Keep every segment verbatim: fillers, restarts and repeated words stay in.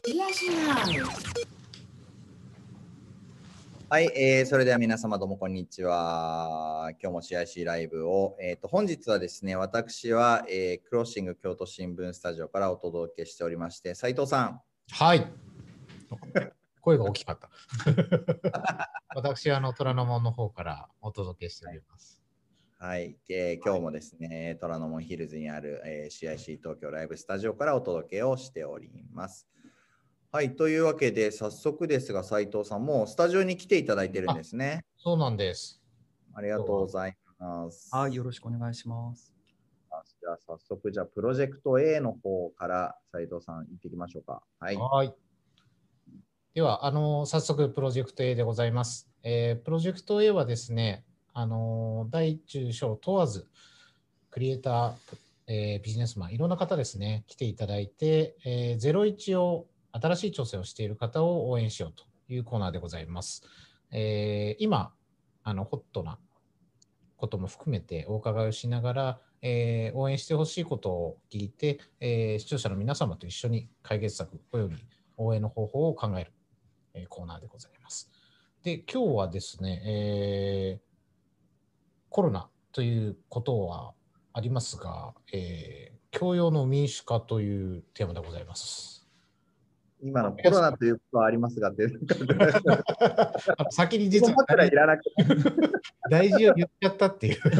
はい、えー、それでは皆様どうもこんにちは。今日も シーアイシー ライブを、えーと、本日はですね、私は、えー、クロッシング京都新聞スタジオからお届けしておりまして、斉藤さん。 はい。声が大きかった。私はあの虎ノ門の方からお届けしております。 はい、はいえー、今日もですね、虎ノ門ヒルズにある、えー、シーアイシー 東京ライブスタジオからお届けをしております。はい、というわけで早速ですが、斉藤さんもスタジオに来ていただいてるんですね。 そうなんです。 ありがとうございます。 はい、よろしくお願いします。 じゃあ早速、じゃあプロジェクト A の方から斉藤さん行っていきましょうか。はい。 はいでは、あの早速プロジェクト A でございます。えー、プロジェクト A はですね、あの大中小問わず、クリエイター、えー、ビジネスマン、いろんな方ですね、来ていただいて、えー、ゼロイチを新しい挑戦をしている方を応援しようというコーナーでございます。えー、今、あのホットなことも含めてお伺いをしながら、えー、応援してほしいことを聞いて、えー、視聴者の皆様と一緒に解決策および応援の方法を考える、えー、コーナーでございます。で、今日はですね、えー、コロナということはありますが、えー、教養の民主化というテーマでございます。 今のコロナということはありますがって先に実は大事を言っちゃったっていう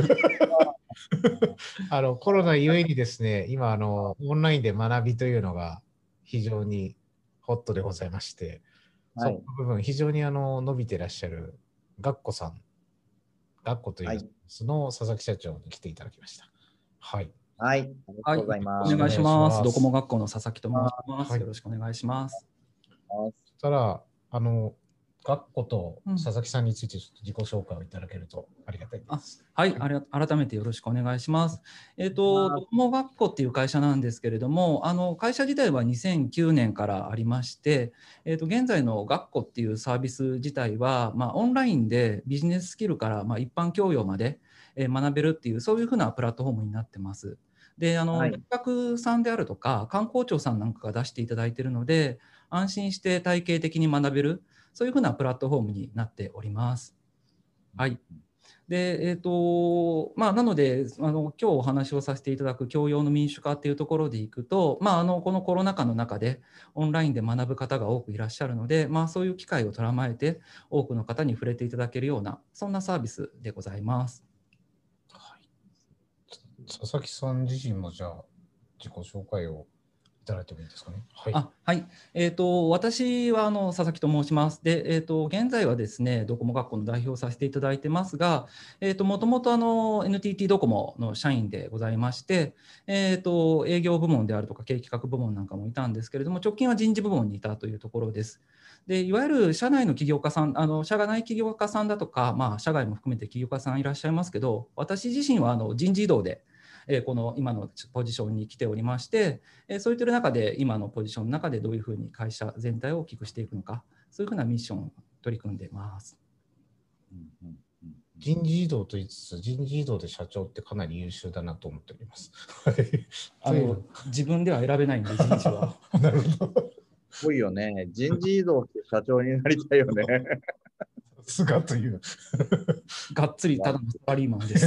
あのコロナゆえにですね、今あのオンラインで学びというのが非常にホットでございまして、はい、その部分非常にあの伸びてらっしゃる学子さん、学子というその佐々木社長に来ていただきました。はい。 はい、ありがとうございます。 はい、お願いします。ドコモ学校の佐々木と申します。はい、よろしくお願いします。 そしたら、あの、学子と佐々木さんについてちょっと自己紹介をいただけるとありがたいです。 はい、はい、改めてよろしくお願いします。えっと、ドコモ学校っていう会社なんですけれども、あの会社自体はにせんきゅうねんからありまして、えっと、現在の学校っていうサービス自体は、まあ、オンラインでビジネススキルから、まあ、一般教養まで学べるっていう、そういうふうなプラットフォームになってます。で、あの、はい、大学さんであるとか観光庁さんなんかが出していただいているので、安心して体系的に学べる、そういうふうなプラットフォームになっております。はい。で、えーとまあ、なのであの今日お話をさせていただく教養の民主化っていうところでいくと、まあ、あのこのコロナ禍の中でオンラインで学ぶ方が多くいらっしゃるので、まあ、そういう機会を捉まえて多くの方に触れていただけるようなそんなサービスでございます。 はい、佐々木さん自身もじゃあ自己紹介をいただいてもいいですかね。 はい、あはい、えーと、私はあの佐々木と申します。で、えーと、現在はですね、ドコモ学校の代表をさせていただいてますが、えーと、もともとあの エヌティーティー ドコモの社員でございまして、えーと、営業部門であるとか経営企画部門なんかもいたんですけれども、直近は人事部門にいたというところです。で、いわゆる社内の起業家さん、あの社内起業家さんだとか、まあ、社外も含めて起業家さんいらっしゃいますけど、私自身はあの人事異動で、この今のポジションに来ておりまして、そういった中で今のポジションの中でどういうふうに会社全体を大きくしていくのか、そういうふうなミッションを取り組んでいます。 人事異動と言いつつ、人事異動で社長ってかなり優秀だなと思っております。 あの自分では選べないんで、人事は。 なるほど。 すごいよね。人事異動して社長になりたいよね。 すがという。 がっつりただのサラリーマンです。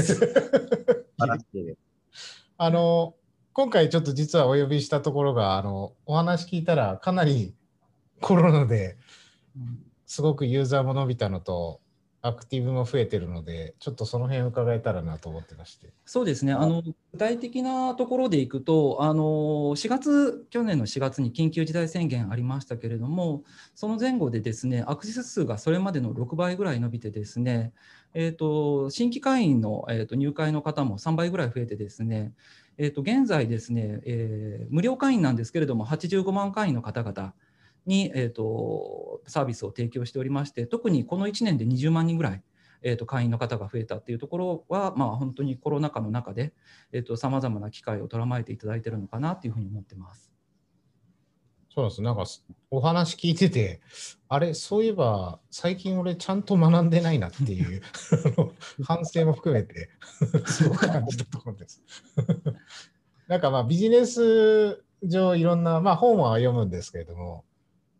あの今回ちょっと実はお呼びしたところが、あのお話聞いたらかなりコロナですごくユーザーも伸びたのとアクティブも増えてるので、ちょっとその辺伺えたらなと思ってまして。 そうですね、あの具体的なところでいくと、あのしがつ、去年のしがつに緊急事態宣言ありましたけれども、その前後でですね、アクセス数がそれまでのろくばいぐらい伸びてですね、えーと、新規会員の、えーと、入会の方もさんばいぐらい増えてですね、えーと、現在ですね、えー、無料会員なんですけれども、はちじゅうごまん会員の方々に、えーと、サービスを提供しておりまして、特にこのいちねんでにじゅうまんにんぐらい、えーと、会員の方が増えたっていうところは、まあ、本当にコロナ禍の中でさまざまな機会を捉まえていただいているのかなというふうに思ってます。 そうです。なんかお話聞いてて、あれ、そういえば最近俺ちゃんと学んでないなっていう反省も含めてすごく感じたところです。なんかまあビジネス上いろんな、まあ、本は読むんですけれども、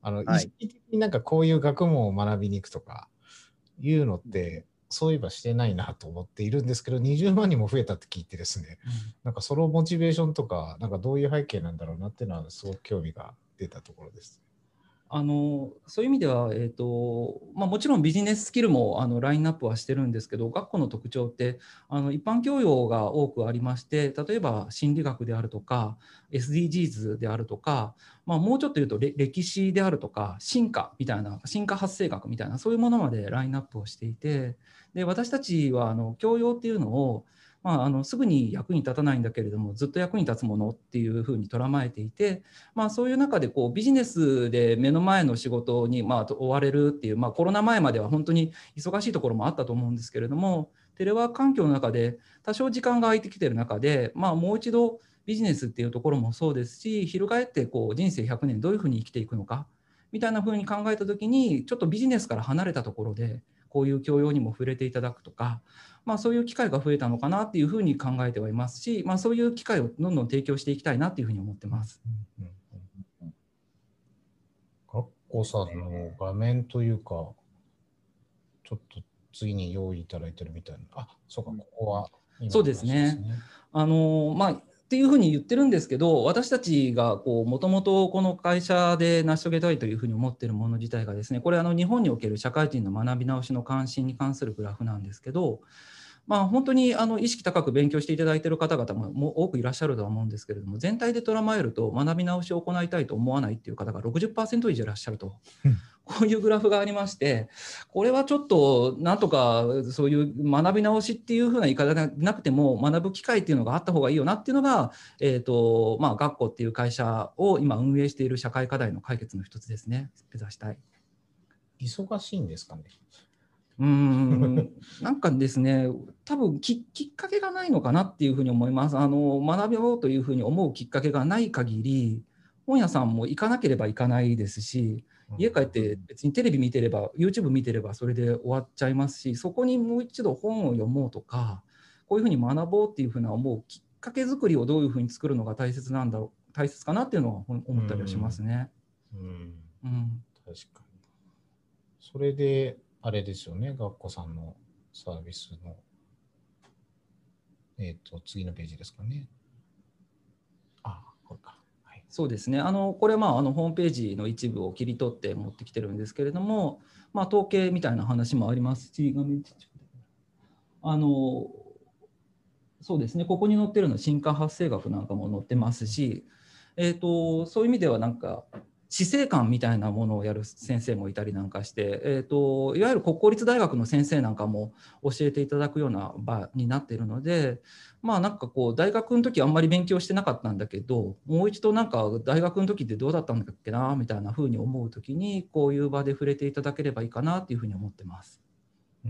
あの、 はい意識的になんかこういう学問を学びに行くとかいうのって、そういえばしてないなと思っているんですけど、にじゅうまん人も増えたって聞いてですね、なんかそのモチベーションとか、なんかどういう背景なんだろうなっていうのはすごく興味が出たところです。 あのそういう意味では、えーとまあ、もちろんビジネススキルもあのラインナップはしてるんですけど、学校の特徴ってあの一般教養が多くありまして、例えば心理学であるとか エスディージーズ であるとか、まあ、もうちょっと言うと歴史であるとか進化みたいな、進化発生学みたいな、そういうものまでラインナップをしていて、で私たちはあの教養っていうのをまあ、あのすぐに役に立たないんだけれども、ずっと役に立つものっていうふうに捉まえていて、まあ、そういう中でこうビジネスで目の前の仕事にまあ追われるっていう、まあ、コロナ前までは本当に忙しいところもあったと思うんですけれども、テレワーク環境の中で多少時間が空いてきている中で、まあ、もう一度ビジネスっていうところもそうですし、翻ってこう人生ひゃくねんどういうふうに生きていくのかみたいなふうに考えた時に、ちょっとビジネスから離れたところでこういう教養にも触れていただくとか、まあ、そういう機会が増えたのかなっていうふうに考えてはいますし、まあ、そういう機会をどんどん提供していきたいなっていうふうに思ってます。 学校さんの画面というか、ちょっと次に用意いただいてるみたいな。あ、そうか、ここは今の話ですね。 そうですね。あのまあっていうふうに言ってるんですけど、私たちがもともとこの会社で成し遂げたいというふうに思っているもの自体がですね、これあの日本における社会人の学び直しの関心に関するグラフなんですけど、まあ、本当にあの意識高く勉強していただいている方々もも多くいらっしゃるとは思うんですけれども、全体で捉まえると学び直しを行いたいと思わないっていう方が ろくじゅっパーセント 以上いらっしゃると。こういうグラフがありまして、これはちょっとなんとかそういう学び直しっていうふうな言い方がなくても学ぶ機会っていうのがあった方がいいよなっていうのが、えーとまあ、学校っていう会社を今運営している社会課題の解決の一つですね。目指したい。 忙しいんですかね。 うーんなんかですね、多分 き, きっかけがないのかなっていうふうに思います。あの学ぼうというふうに思うきっかけがない限り、本屋さんも行かなければ行かないですし、家帰って別にテレビ見てれば YouTube 見てればそれで終わっちゃいますし、そこにもう一度本を読もうとか、こういうふうに学ぼうっていうふうな思うきっかけ作りをどういうふうに作るのが大切なんだろう大切かなっていうのは思ったりはしますね。 うん、うん、 うん、 確かに。それであれですよね、学校さんのサービスの、えっと、次のページですかね。あ、これか。はい、 そうですね。あのこれはまああのホームページの一部を切り取って持ってきてるんですけれども、まあ、統計みたいな話もありますし、画面ちっちゃいあのそうですね、ここに載ってるのは進化発生学なんかも載ってますし、えーと、そういう意味ではなんか死生観みたいなものをやる先生もいたりなんかして、えーと、いわゆる国公立大学の先生なんかも教えていただくような場になっているので、まあなんかこう大学の時あんまり勉強してなかったんだけど、もう一度なんか大学の時ってどうだったんだっけなみたいなふうに思う時にこういう場で触れていただければいいかなっていうふうに思ってます。 うん、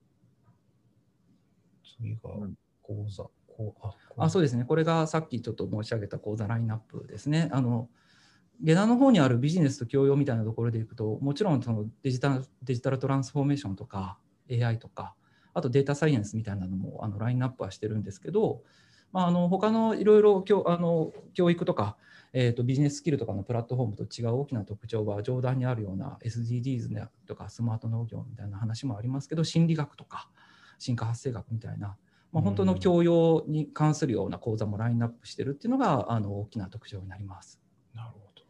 次が講座。 ああそうですね、これがさっきちょっと申し上げた講座ラインナップですね。あの下段の方にあるビジネスと教養みたいなところでいくと、もちろんそのデジタル、デジタルトランスフォーメーションとか エーアイ とか、あとデータサイエンスみたいなのもあのラインナップはしてるんですけど、まあ、あの他のいろいろ教あの教育とか、えーと、ビジネススキルとかのプラットフォームと違う大きな特徴は上段にあるような エスディージーズ とかスマート農業みたいな話もありますけど、心理学とか進化発生学みたいな、まあ、本当の教養に関するような講座もラインナップしてるっていうのがあの大きな特徴になります。 なるほど。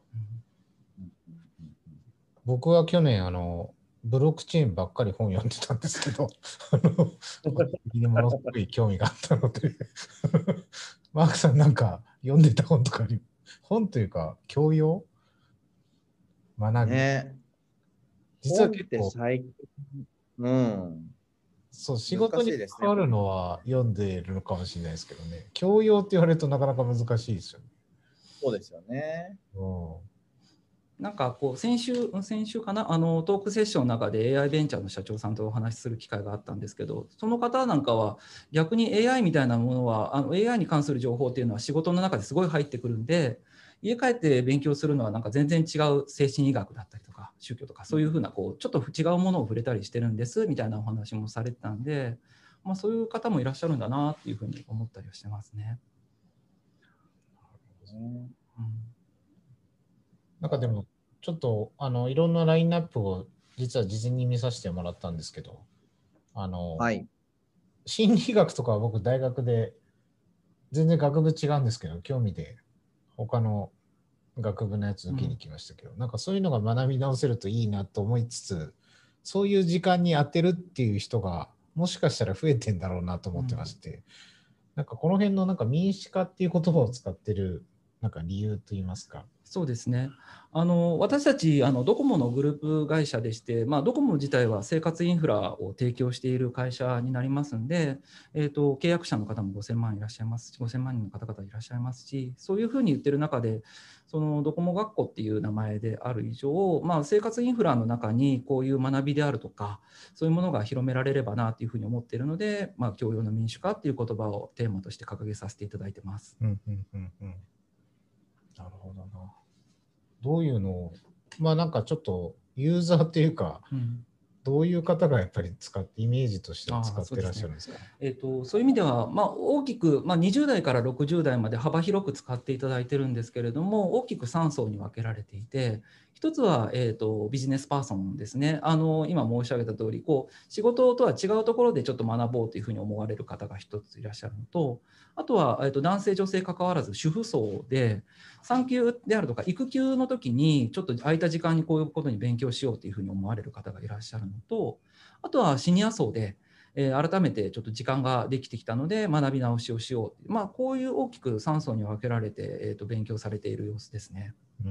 僕は去年あのブロックチェーンばっかり本読んでたんですけど、あのものすごい興味があったのでマークさんなんか読んでた本とかあり、本というか教養学び、 ね、 実は結構最近、うん、 そう仕事に関わるのは読んでいるのかもしれないですけどね、教養って言われるとなかなか難しいですよね。 そうですよね。 うんなんかこう先週、先週かな、あのトークセッションの中で エーアイ ベンチャーの社長さんとお話しする機会があったんですけど、その方なんかは逆に エーアイ みたいなものは、あの エーアイ に関する情報っていうのは仕事の中ですごい入ってくるんで、家帰って勉強するのはなんか全然違う精神医学だったりとか宗教とかそういうふうなこうちょっと違うものを触れたりしてるんですみたいなお話もされてたんで、まあ、そういう方もいらっしゃるんだなっていうふうに思ったりはしてますね。 なんかでもちょっとあのいろんなラインナップを実は事前に見させてもらったんですけど、あの、 はい。 心理学とかは僕大学で全然学部違うんですけど、興味で他の学部のやつ受けに来ましたけど、うん、なんかそういうのが学び直せるといいなと思いつつ、そういう時間に当てるっていう人がもしかしたら増えてんだろうなと思ってまして、うん、なんかこの辺のなんか民主化っていう言葉を使ってるなんか理由といいますか。 そうですね。あの私たちあのドコモのグループ会社でして、まあ、ドコモ自体は生活インフラを提供している会社になりますんで、えーと、契約者の方もごせんまんいらっしゃいますし、ごせんまん人の方々いらっしゃいますし、そういうふうに言ってる中で、そのドコモ学校っていう名前である以上、まあ、生活インフラの中にこういう学びであるとか、そういうものが広められればなというふうに思っているので、まあ、教養の民主化っていう言葉をテーマとして掲げさせていただいてます。 うんうんうんうん、なるほどな。どういうのを、まあなんかちょっとユーザーっていうか、うん、どういう方がやっぱり使って、イメージとしては使ってらっしゃるんですか？ そうですね。えーと、そういう意味では、まあ、大きく、まあ、にじゅう代からろくじゅう代まで幅広く使っていただいてるんですけれども、大きくさん層に分けられていて、一つは、えーと、ビジネスパーソンですね。あの今申し上げた通り、こう仕事とは違うところでちょっと学ぼうというふうに思われる方が一ついらっしゃるのと、あとは、えーと、男性女性関わらず主婦層で、産休であるとか育休の時にちょっと空いた時間にこういうことに勉強しようというふうに思われる方がいらっしゃるのと、あとはシニア層で、えー、改めてちょっと時間ができてきたので学び直しをしよう、まあ、こういう大きくさん層に分けられて、えー、と勉強されている様子ですね。 うん、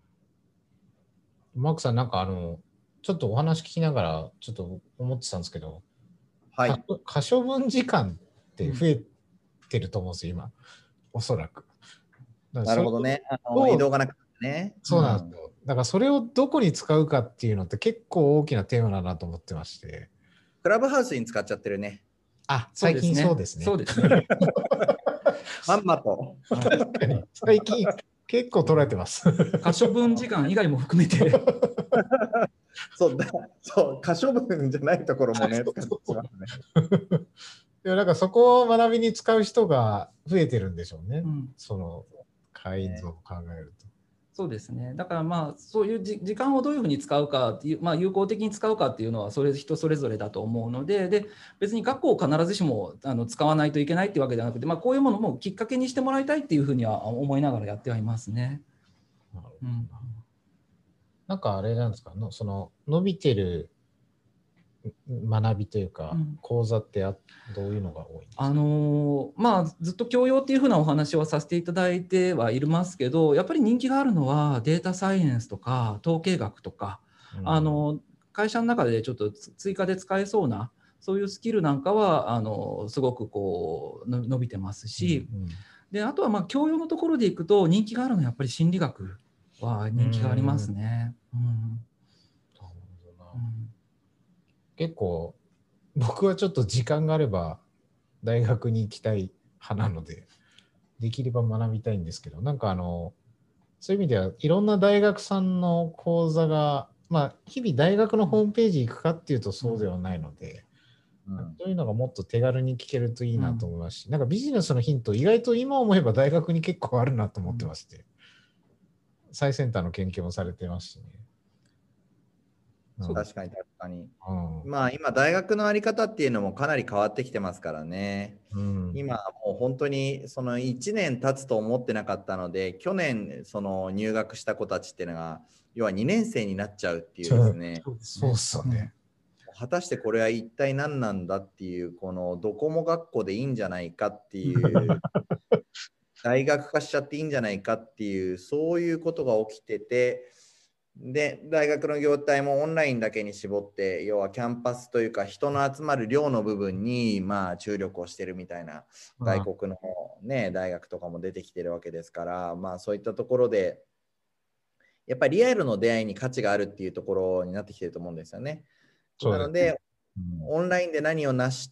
マークさん、なんかあのちょっとお話聞きながらちょっと思ってたんですけど、はい、可処分時間って増えてると思うんですよ、今、おそらく。 なるほどね。あの移動がなくてね。 そうなんですよ。うん、だからそれをどこに使うかっていうのって結構大きなテーマだなと思ってまして。 クラブハウスに使っちゃってるね。 あ、最近そうですね。 そうですね。 まんまと。 確かに最近結構捉えてます。 可処分時間以外も含めて。 そうだ、そう、可処分じゃないところもね、使ってしますね。 いや、なんかそこを学びに使う人が増えてるんでしょうね。うん、その改造を考えると。 そうですね。だからまあそういうじ時間をどういうふうに使うかっていう、まあ、有効的に使うかっていうのはそれ人それぞれだと思うので、で別に学校を必ずしもあの使わないといけないっていうわけではなくて、まあ、こういうものもきっかけにしてもらいたいっていうふうには思いながらやってはいますね。 なるほどな。うん、なんかあれなんですか、のその伸びてる学びというか、うん、講座ってあどういうのが多いんですか？ あのー、まあずっと教養っていうふうなお話をさせていただいてはいますけど、やっぱり人気があるのはデータサイエンスとか統計学とか、うん、あの会社の中でちょっと追加で使えそうなそういうスキルなんかはあのすごくこう伸びてますし、うんうん、であとはまあ教養のところでいくと人気があるのはやっぱり心理学は人気がありますね。うんうん、なるほどな。うん、結構僕はちょっと時間があれば大学に行きたい派なのでできれば学びたいんですけど、なんかあのそういう意味ではいろんな大学さんの講座が、まあ、日々大学のホームページ行くかっていうとそうではないので、うん、そういうのがもっと手軽に聞けるといいなと思いますし、うん、なんかビジネスのヒント意外と今思えば大学に結構あるなと思ってまして、うん、最先端の研究もされてますしね。 うん、確かに確かに、うん、まあ今大学の在り方っていうのもかなり変わってきてますからね、うん、今もう本当にそのいちねん経つと思ってなかったので、去年その入学した子たちっていうのが要はにねん生になっちゃうっていうですね。 そうっすよね。 果たしてこれは一体何なんだっていう、このドコモ学校でいいんじゃないかっていう大学化しちゃっていいんじゃないかっていう、そういうことが起きてて、で大学の業態もオンラインだけに絞って、要はキャンパスというか人の集まる寮の部分にまあ注力をしてるみたいな外国の、ね、大学とかも出てきてるわけですから、まあそういったところでやっぱりリアルの出会いに価値があるっていうところになってきてると思うんですよね。なので、うん、オンラインで何を成して、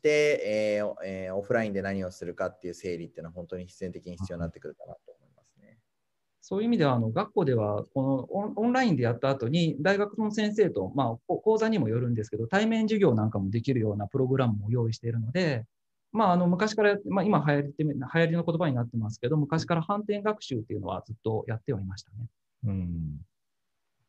えーえー、オフラインで何をするかっていう整理っていうのは本当に必然的に必要になってくるかなと思いますね。 そういう意味ではあの学校ではこのオン、オンラインでやった後に大学の先生と、まあ、講座にもよるんですけど対面授業なんかもできるようなプログラムも用意しているので、まあ、あの昔から、まあ、今流行り、流行りの言葉になってますけど、昔から反転学習っていうのはずっとやってはいましたね。 うん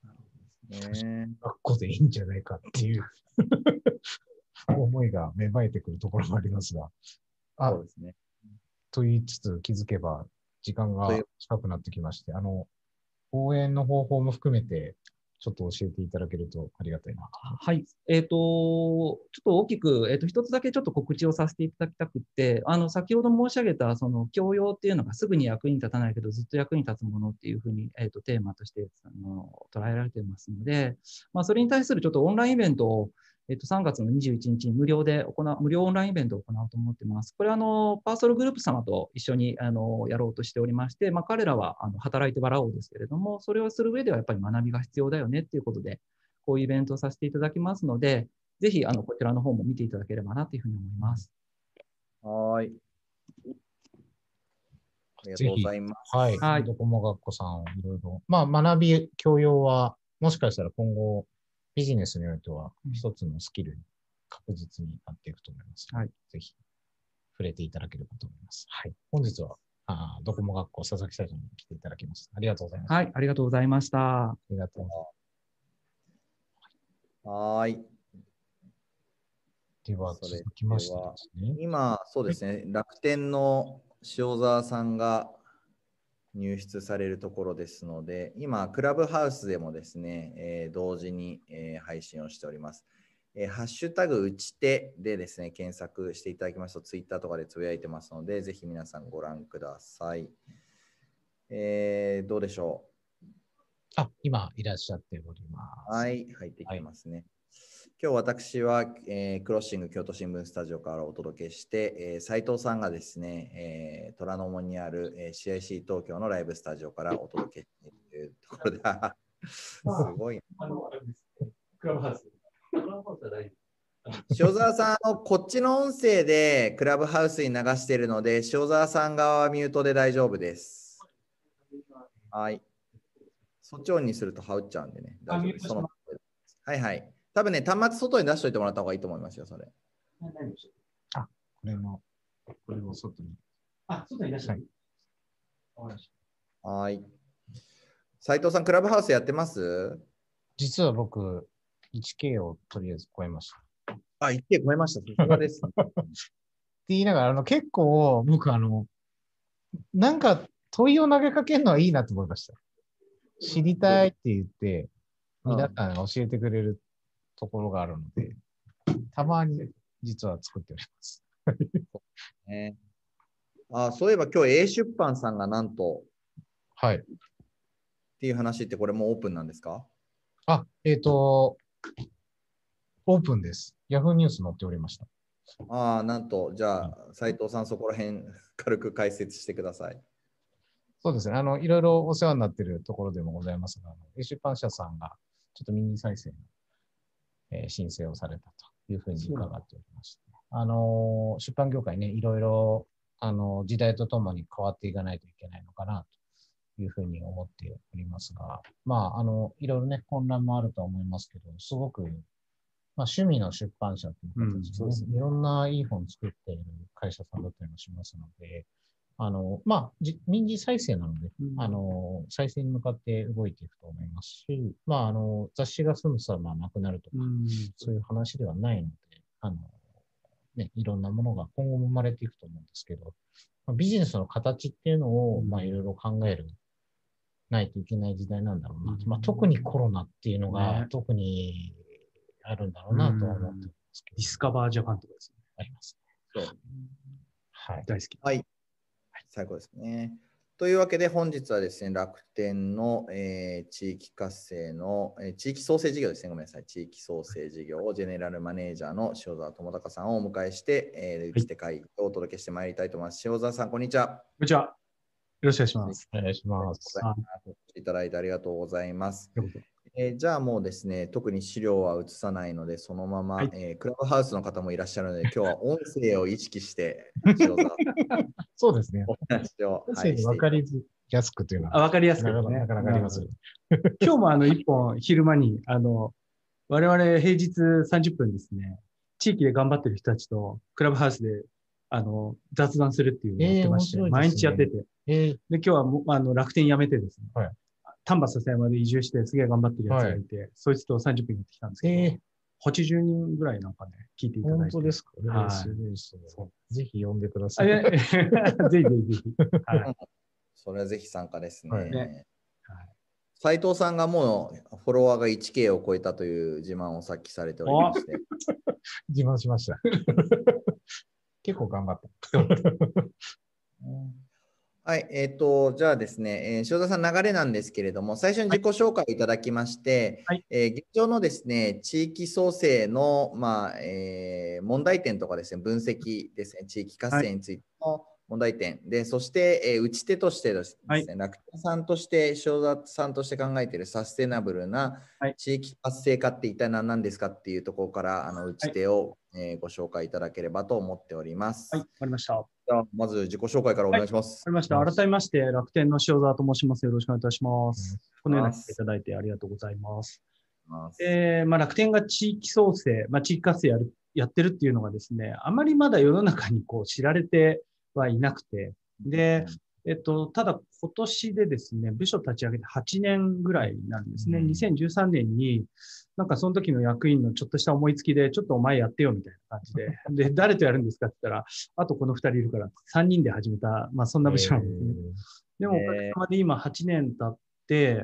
ね。 学校でいいんじゃないかっていう思いが芽生えてくるところもありますが。あ、 そうですね。 と言いつつ気づけば時間がという近くなってきまして、あの、応援の方法も含めて、ちょっと教えていただけるとありがたいなと。 はい。えっ、と、ちょっと大きく、えっ、と、一つだけちょっと告知をさせていただきたくって、あの、先ほど申し上げた、その、教養っていうのがすぐに役に立たないけど、ずっと役に立つものっていうふうに、えっ、と、テーマとして、あの、捉えられていますので、まあ、それに対するちょっとオンラインイベントを、えっと、さんがつのにじゅういちにちに無料で行う、無料オンラインイベントを行おうと思ってます。これは、あの、パーソルグループ様と一緒に、あの、やろうとしておりまして、まあ、彼らは、あの、働いてもらおうですけれども、それをする上ではやっぱり学びが必要だよねっていうことで、こういうイベントをさせていただきますので、ぜひ、あの、こちらの方も見ていただければなというふうに思います。 はい。ありがとうございます。 はい。 はいドコモ学校さんをいろいろ。まあ、学び、教養は、もしかしたら今後、ビジネスにおいては一つのスキルに確実になっていくと思います。 はい。 ぜひ、触れていただければと思います。はい。本日は、あドコモ学校佐々木社長に来ていただきました。ありがとうございました。 はい、ありがとうございました。 ありがとうございます。 はい。 では、続きましてですね。 今、そうですね、楽天の塩沢さんが入室されるところですので、今、クラブハウスでもですね、えー同時に、えー配信をしております。えーハッシュタグ打ち手でですね、検索していただきますと、ツイッターとかでつぶやいてますので、ぜひ皆さんご覧ください。えーどうでしょあ、今いらっしゃっておりまう。 す。 はい、入ってきてますね。今日私は、えークロッシング京都新聞スタジオからお届けして、えー、斉藤さんがですね、えー、虎ノ門にある、えー、シーアイシー 東京のライブスタジオからお届けしているところで、すごい。 あの、あれですね。クラブハウス。クラブハウスは大丈塩沢さん、あのこっちの音声でクラブハウスに流しているので、塩沢さん側はミュートで大丈夫です。はい。そっちオンにすると羽打っちゃうんでね。大丈夫です。そのはいはい。多分ね、端末外に出しておいてもらった方がいいと思いますよ、それ。 あ、これの、これを外に。 あ、外に出してはい。 はい。斉藤さん、クラブハウスやってます？ 実は僕、いちケー をとりあえず超えました。 あ、いちケー 超えました。さすがです、ね。 って言いながら、あの結構僕、あの、なんか問いを投げかけるのはいいなと思いました。知りたいって言って、皆さんが教えてくれるところがあるので、たまに実は作っております。 ね、あ、そういえば今日 A 出版さんがなんと、 はい。 っていう話ってこれもうオープンなんですか？ あ、えっと、オープンです。ヤフーニュース載っておりました。 ああ、なんと、じゃあ、斉藤さん、そこら辺軽く解説してください。 そうですね。あの、いろいろお世話になっているところでもございますが、あの A 出版社さんがちょっと民事再生の、えー申請をされたというふうに伺っておりまして、あの、出版業界ね、いろいろ、あの、時代とともに変わっていかないといけないのかなというふうに思っておりますが、まあ、あの、いろいろね、混乱もあるとは思いますけど、すごく、まあ、趣味の出版社という形で、ね、うん、いろんないい本作っている会社さんだったりもしますので、あの、まあ、民事再生なので、うん、あの、再生に向かって動いていくと思いますし、まあ、あの、雑誌がすぐさまなくなるとか、うん、そういう話ではないので、あの、ね、いろんなものが今後も生まれていくと思うんですけど、まあ、ビジネスの形っていうのを、まあ、いろいろ考える、ないといけない時代なんだろうなと。まあ、特にコロナっていうのが、ね、特にあるんだろうなとは思ってますけど。 ディスカバージャパンとかですね。 ありますね。そう。 はい。 大好き。 はい。最高ですね。というわけで本日はですね、楽天の、えー、地域活性の、えー、地域創生事業ですね、ごめんなさい、地域創生事業をジェネラルマネージャーの塩沢智隆さんをお迎えして、えー、打ち手会をお届けしてまいりたいと思います。塩沢さん、こんにちは。こんにちは。よろしくお願いします。 お願いします。 お越しいただいてありがとうございます。えー、じゃあもうですね、特に資料は映さないので、そのまま、はい、えー、クラブハウスの方もいらっしゃるので、今日は音声を意識して、塩沢そうですね。 お話を。 音声で分かりやすくというのは、 あ、分かりやすく、ね、 なかなかあります。 今日もあの一本昼間に、あの、我々平日さんじゅっぷんですね、地域で頑張ってる人たちとクラブハウスであの雑談するっていうのをやってまして、えーね、毎日やってて、えー、で今日はもあの楽天辞めてですね、はい、 丹波篠山で移住してすげえ頑張ってるやつがいて、はい、そいつとさんじゅっぷんやってきたんですけど、えー、はちじゅうにんぐらいなんかね、聞いていただいて。 本当ですか、 はい、 すごいですね。ぜひ呼んでください。 ぜひぜひぜひ。 はい、それはぜひ参加ですね。はいね、 はい、 斉藤さんがもうフォロワーが いちケー を超えたという自慢をさっきされておりまして。 自慢しました。結構頑張った。 はい、えっ、ー、と、じゃあですね、えー、塩田さん流れなんですけれども、最初に自己紹介をいただきまして、はい、えー、現状のですね、地域創生の、まあえー、問題点とかですね、分析ですね、地域活性についての問題点、はい、で、そして、えー、打ち手としてですね、はい、楽天さんとして、塩田さんとして考えているサステナブルな地域活性化って一体何なんですかっていうところから、あの打ち手を、はい、えー、ご紹介いただければと思っております。 はい、わかりました。 じゃあまず自己紹介からお願いします。 わかりました。改めまして、楽天の塩澤と申します。よろしくお願いいたします。このような来ていただいてありがとうございます。えーまあ、楽天が地域創生、まあ、地域活性やるやってるっていうのがですね、あまりまだ世の中にこう知られてはいなくて、で、えっと、ただ今年でですね、部署立ち上げてはちねんぐらいなんですね。にせんじゅうさんねんに、なんかその時の役員のちょっとした思いつきで、ちょっとお前やってよみたいな感じで、で、誰とやるんですかって言ったら、あとこのふたりいるからさんにんで始めた、まあそんな部署なんですね。でもおかげさまで今はちねん経って、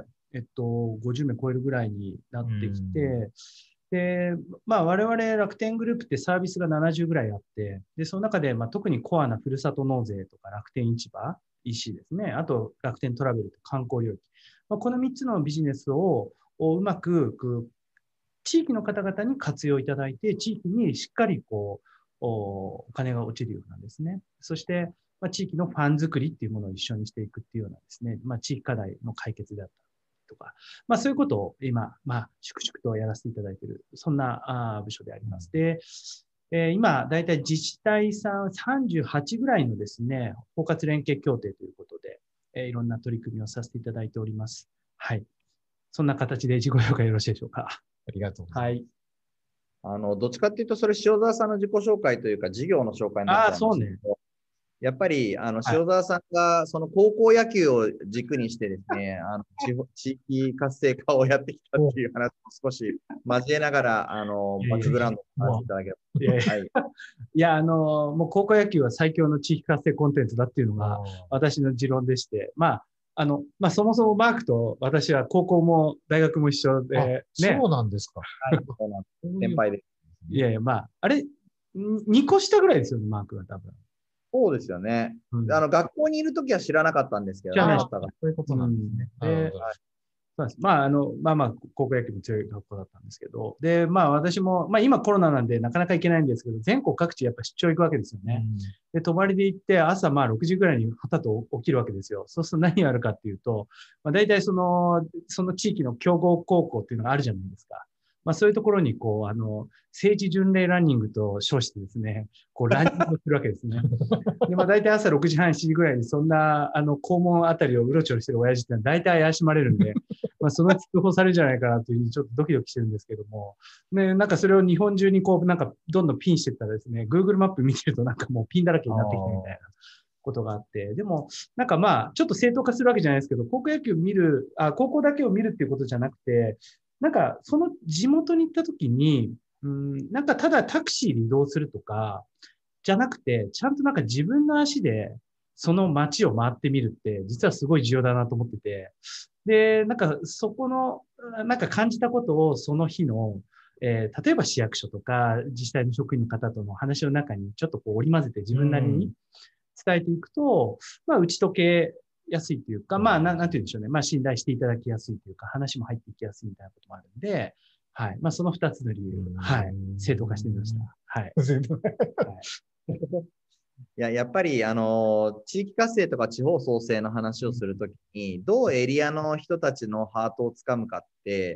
えっと、ごじゅうめい超えるぐらいになってきて、で、まあ我々楽天グループってサービスがななじゅうぐらいあって、で、その中でまあ特にコアなふるさと納税とか楽天市場、イーシー ですね。あと楽天トラベルと観光領域。まあ、このみっつのビジネスをうまく地域の方々に活用いただいて、地域にしっかりこうお金が落ちるようなんですね。そして、まあ、地域のファン作りっていうものを一緒にしていくっていうようなですね、まあ、地域課題の解決であったりとか、まあ、そういうことを今、まあ、粛々とやらせていただいている、そんなあ部署であります。で、えー、今、だいたい自治体さんさんじゅうはちぐらいのですね、包括連携協定ということで、えー、いろんな取り組みをさせていただいております。はい。そんな形で自己紹介よろしいでしょうか。 ありがとうございます。はい。 あの、どっちかっていうと、それ塩澤さんの自己紹介というか、事業の紹介になっちゃいますけど、あ、そうね。やっぱりあの塩澤さんがその高校野球を軸にしてですね、あの地域活性化をやってきたっていう話を少し交えながら、あのバックグラウンドを話していただければ。いやいや、はい、 いやあのもう高校野球は最強の地域活性コンテンツだっていうのが私の持論でして、まああのまあ、そもそもマークと私は高校も大学も一緒で、ね、 そうなんですか。 はい、そうなんです。先輩です。 いやいや、まあ、あれ、にこ下ぐらいですよね、マークが多分。 そうですよね。うん、あの学校にいるときは知らなかったんですけど、 ね、 そういうことなんですね。 うん、で、そうです。まあ、あの、まあまあ、高校野球も強い学校だったんですけど、で、まあ私も、まあ今コロナなんでなかなか行けないんですけど、全国各地やっぱ出張行くわけですよね。うん、で、泊まりで行って、朝まあろくじぐらいにはたと起きるわけですよ。そうすると何があるかっていうと、まあ大体その、その地域の強豪高校っていうのがあるじゃないですか。まあそういうところに、こう、あの、政治巡礼ランニングと称してですね、こう、ランニングをするわけですね。で、まあ大体朝ろくじはん、しちじぐらいにそんな、あの、校門あたりをうろちょろしてる親父ってのは大体怪しまれるんで、まあそのうち通報されるんじゃないかなというふうにちょっとドキドキしてるんですけども、ね、なんかそれを日本中にこう、なんかどんどんピンしていったらですね、Google マップ見てるとなんかもうピンだらけになってきてみたいなことがあって、でも、なんかまあ、ちょっと正当化するわけじゃないですけど、高校野球見る、あ、高校だけを見るっていうことじゃなくて、なんか、その地元に行った時に、うん、なんかただタクシーで移動するとか、じゃなくて、ちゃんとなんか自分の足で、その街を回ってみるって、実はすごい重要だなと思ってて、で、なんかそこの、なんか感じたことをその日の、えー、例えば市役所とか自治体の職員の方との話の中にちょっとこう織り交ぜて自分なりに伝えていくと、まあ、打ち解けやすいというか、まあ、なん、なんて言うんでしょうね。まあ、信頼していただきやすいというか、話も入っていきやすいみたいなこともあるんで、はい。まあ、その二つの理由、はい。正当化してみました。はい。 いや、やっぱり、あの、地域活性とか地方創生の話をするときに、どうエリアの人たちのハートをつかむかって、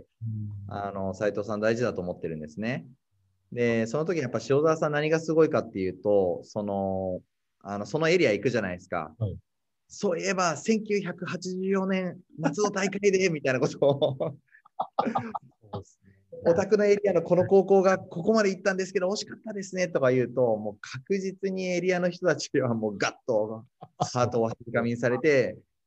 あの、斉藤さん大事だと思ってるんですね。で、その時やっぱ塩澤さん何がすごいかっていうと、その、あの、そのエリア行くじゃないですか。はい、そういえば、せんきゅうひゃくはちじゅうよねん夏の大会で、みたいなことをお宅のエリアのこの高校がここまで行ったんですけど、惜しかったですねとか言うと、もう確実にエリアの人たちはもうガッとハートをわしづかみにされて、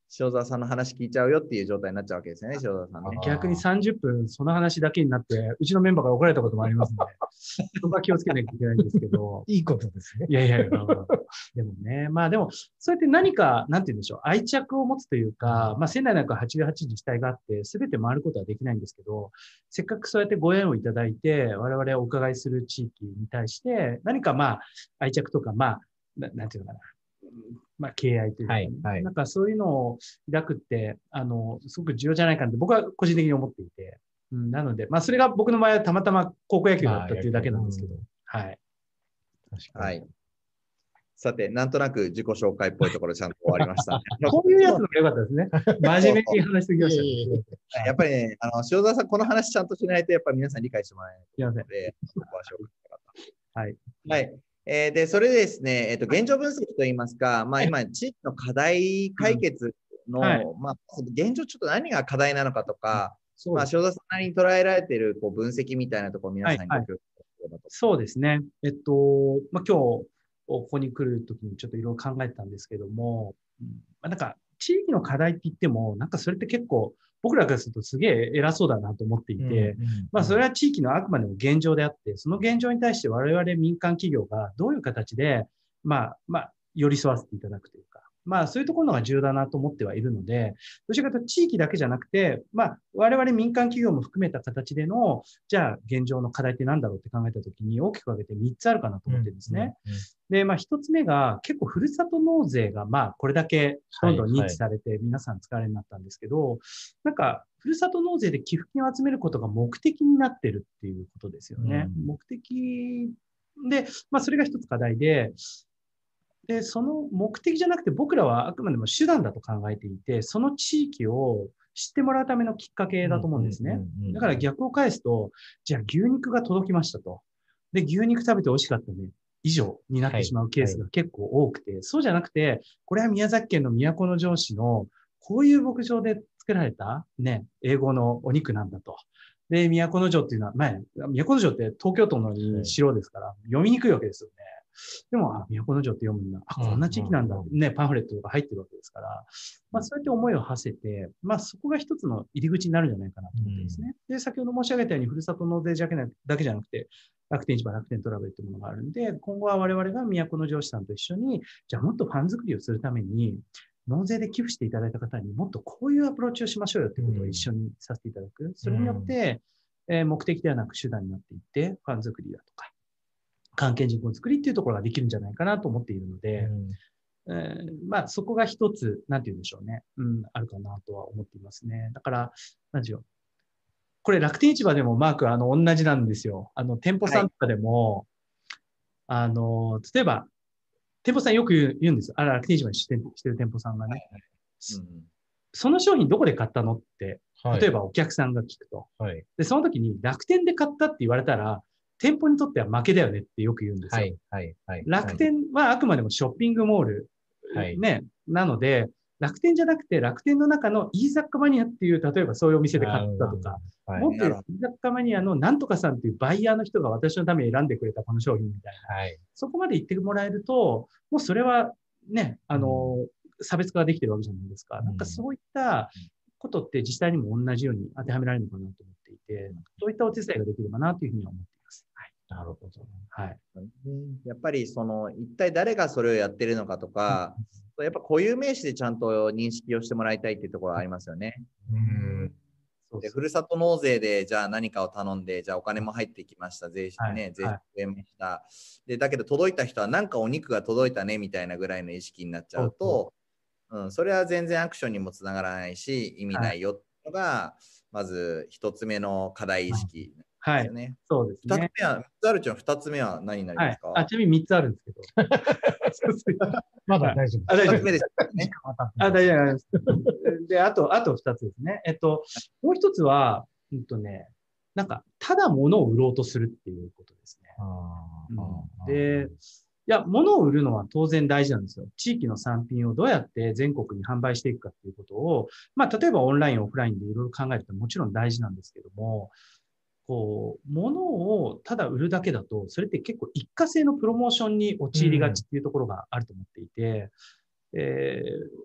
塩沢さんの話聞いちゃうよっていう状態になっちゃうわけですよね、塩沢さんね。 逆にさんじゅっぷんその話だけになって、うちのメンバーが怒られたこともありますので、そこは気をつけなきゃいけないんですけど。 いいことですね。 いやいやいや、でもね、まあでも、そうやって何か、なんて言うんでしょう、愛着を持つというか、まあせんななひゃくはちじゅうはち自治体があって、すべて回ることはできないんですけど、せっかくそうやってご縁をいただいて、我々お伺いする地域に対して、何かまあ、愛着とか、まあ、ななんていうのかな。まあ、敬愛というか、ね、はいはい、なんかそういうのを抱くって、あの、すごく重要じゃないかなって僕は個人的に思っていて、うん、なので、まあ、それが僕の場合はたまたま高校野球だったっていうだけなんですけど、はい。 確かに。はい。さて、なんとなく自己紹介っぽいところちゃんと終わりました、ね。 こういうやつのが良かったですね。真面目に話してきました、 ね。やっぱりね、あの塩沢さん、この話ちゃんとしないと、やっぱり皆さん理解してもらえないので、そこは紹介したかった。はい。はい。えー、で、それでですね、えっと、現状分析といいますか、まあ今、地域の課題解決の、うんはい、まあ、現状ちょっと何が課題なのかとか、うん、まあ、塩田さんなりに捉えられているこう分析みたいなところを皆さんにご協力いただければと、はいはい。 そうですね。えっと、まあ今日、ここに来るときにちょっといろいろ考えてたんですけども、うんまあ、なんか、地域の課題って言っても、なんかそれって結構、僕らからするとすげえ偉そうだなと思っていて、うんうんうん、まあそれは地域のあくまでも現状であって、その現状に対して我々民間企業がどういう形で、まあ、まあ、寄り添わせていただくというか、まあそういうところが重要だなと思ってはいるので、どちらかというと地域だけじゃなくて、まあ我々民間企業も含めた形での、じゃあ現状の課題って何だろうって考えたときに大きく分けてみっつあるかなと思ってるんですね。うんうんうん、で、まあひとつめが結構ふるさと納税がまあこれだけどんどん認知されて皆さん使われるようになったんですけど、はいはい、なんかふるさと納税で寄付金を集めることが目的になってるっていうことですよね。うん、目的で、まあそれが一つ課題で、で、その目的じゃなくて僕らはあくまでも手段だと考えていて、その地域を知ってもらうためのきっかけだと思うんですね。だから逆を返すと、じゃあ牛肉が届きましたと。で、牛肉食べて美味しかったね。以上になってしまうケースが結構多くて、はいはい、そうじゃなくて、これは宮崎県の都城市のこういう牧場で作られたね、英語のお肉なんだと。で、都城っていうのは、前、都城って東京都の城ですから、読みにくいわけですよね。でも、あ、都城って読むんだ。あ、こんな地域なんだ。ね、パンフレットとか入ってるわけですから、まあ、そうやって思いを馳せて、まあ、そこが一つの入り口になるんじゃないかなと思ってですね。うん、で、先ほど申し上げたように、ふるさと納税だけじゃなくて、楽天市場、楽天トラベルというものがあるんで、今後は我々が都城市さんと一緒に、じゃあもっとファン作りをするために、納税で寄付していただいた方にもっとこういうアプローチをしましょうよということを一緒にさせていただく。それによって、えー、目的ではなく手段になっていって、ファン作りだとか、関係人口作りっていうところができるんじゃないかなと思っているので、うんえー、まあそこが一つ、なんて言うんでしょうね、うん、あるかなとは思っていますね。だから、なんでしょう。これ楽天市場でもマークあの同じなんですよ。あの店舗さんとかでも、はい、あの、例えば、店舗さんよく言う言うんですよ。あら、楽天市場に出店してる店舗さんがね、はいはいうん。その商品どこで買ったのって、例えばお客さんが聞くと。はい、で、その時に楽天で買ったって言われたら、店舗にとっては負けだよねってよく言うんですよ。はいはいはい、楽天はあくまでもショッピングモール、はい、ね、なので、楽天じゃなくて楽天の中の飯雑貨マニアっていう、例えばそういうお店で買ったとか、はい、もっと飯雑貨マニアのなんとかさんっていうバイヤーの人が私のために選んでくれたこの商品みたいな。はい、そこまで言ってもらえると、もうそれはね、あの、うん、差別化ができてるわけじゃないですか。うん、なんかそういったことって自治体にも同じように当てはめられるのかなと思っていて、そういったお手伝いができればなというふうには思っています。はい、 なるほど。 はい。やっぱりその一体誰がそれをやってるのかとか、うん、やっぱ固有名詞でちゃんと認識をしてもらいたいっていうところはありますよね。うんでふるさと納税でじゃあ何かを頼んで、じゃあお金も入ってきました、税収ね、はい、税収増えました、はい、で。だけど届いた人はなんかお肉が届いたねみたいなぐらいの意識になっちゃうと、うん、それは全然アクションにもつながらないし、意味ないよっていうのが、はい、まず一つ目の課題意識ですよね。はい、 そうですね。 二つ目は、みっつあるうちの二つ目は何になりますか？ はい、あ、ちなみにみっつあるんですけど。 まだ大丈夫です。 あ、大丈夫です。ね、あ、大丈夫です。で、あと、あと二つですね。えっと、もう一つは、うんとね、なんか、ただ物を売ろうとするっていうことですね。うん、で、いや、物を売るのは当然大事なんですよ。地域の産品をどうやって全国に販売していくかっていうことを、まあ、例えばオンライン、オフラインでいろいろ考えるともちろん大事なんですけども、こう、物をただ売るだけだと、それって結構一過性のプロモーションに陥りがちっていうところがあると思っていて、うんえー、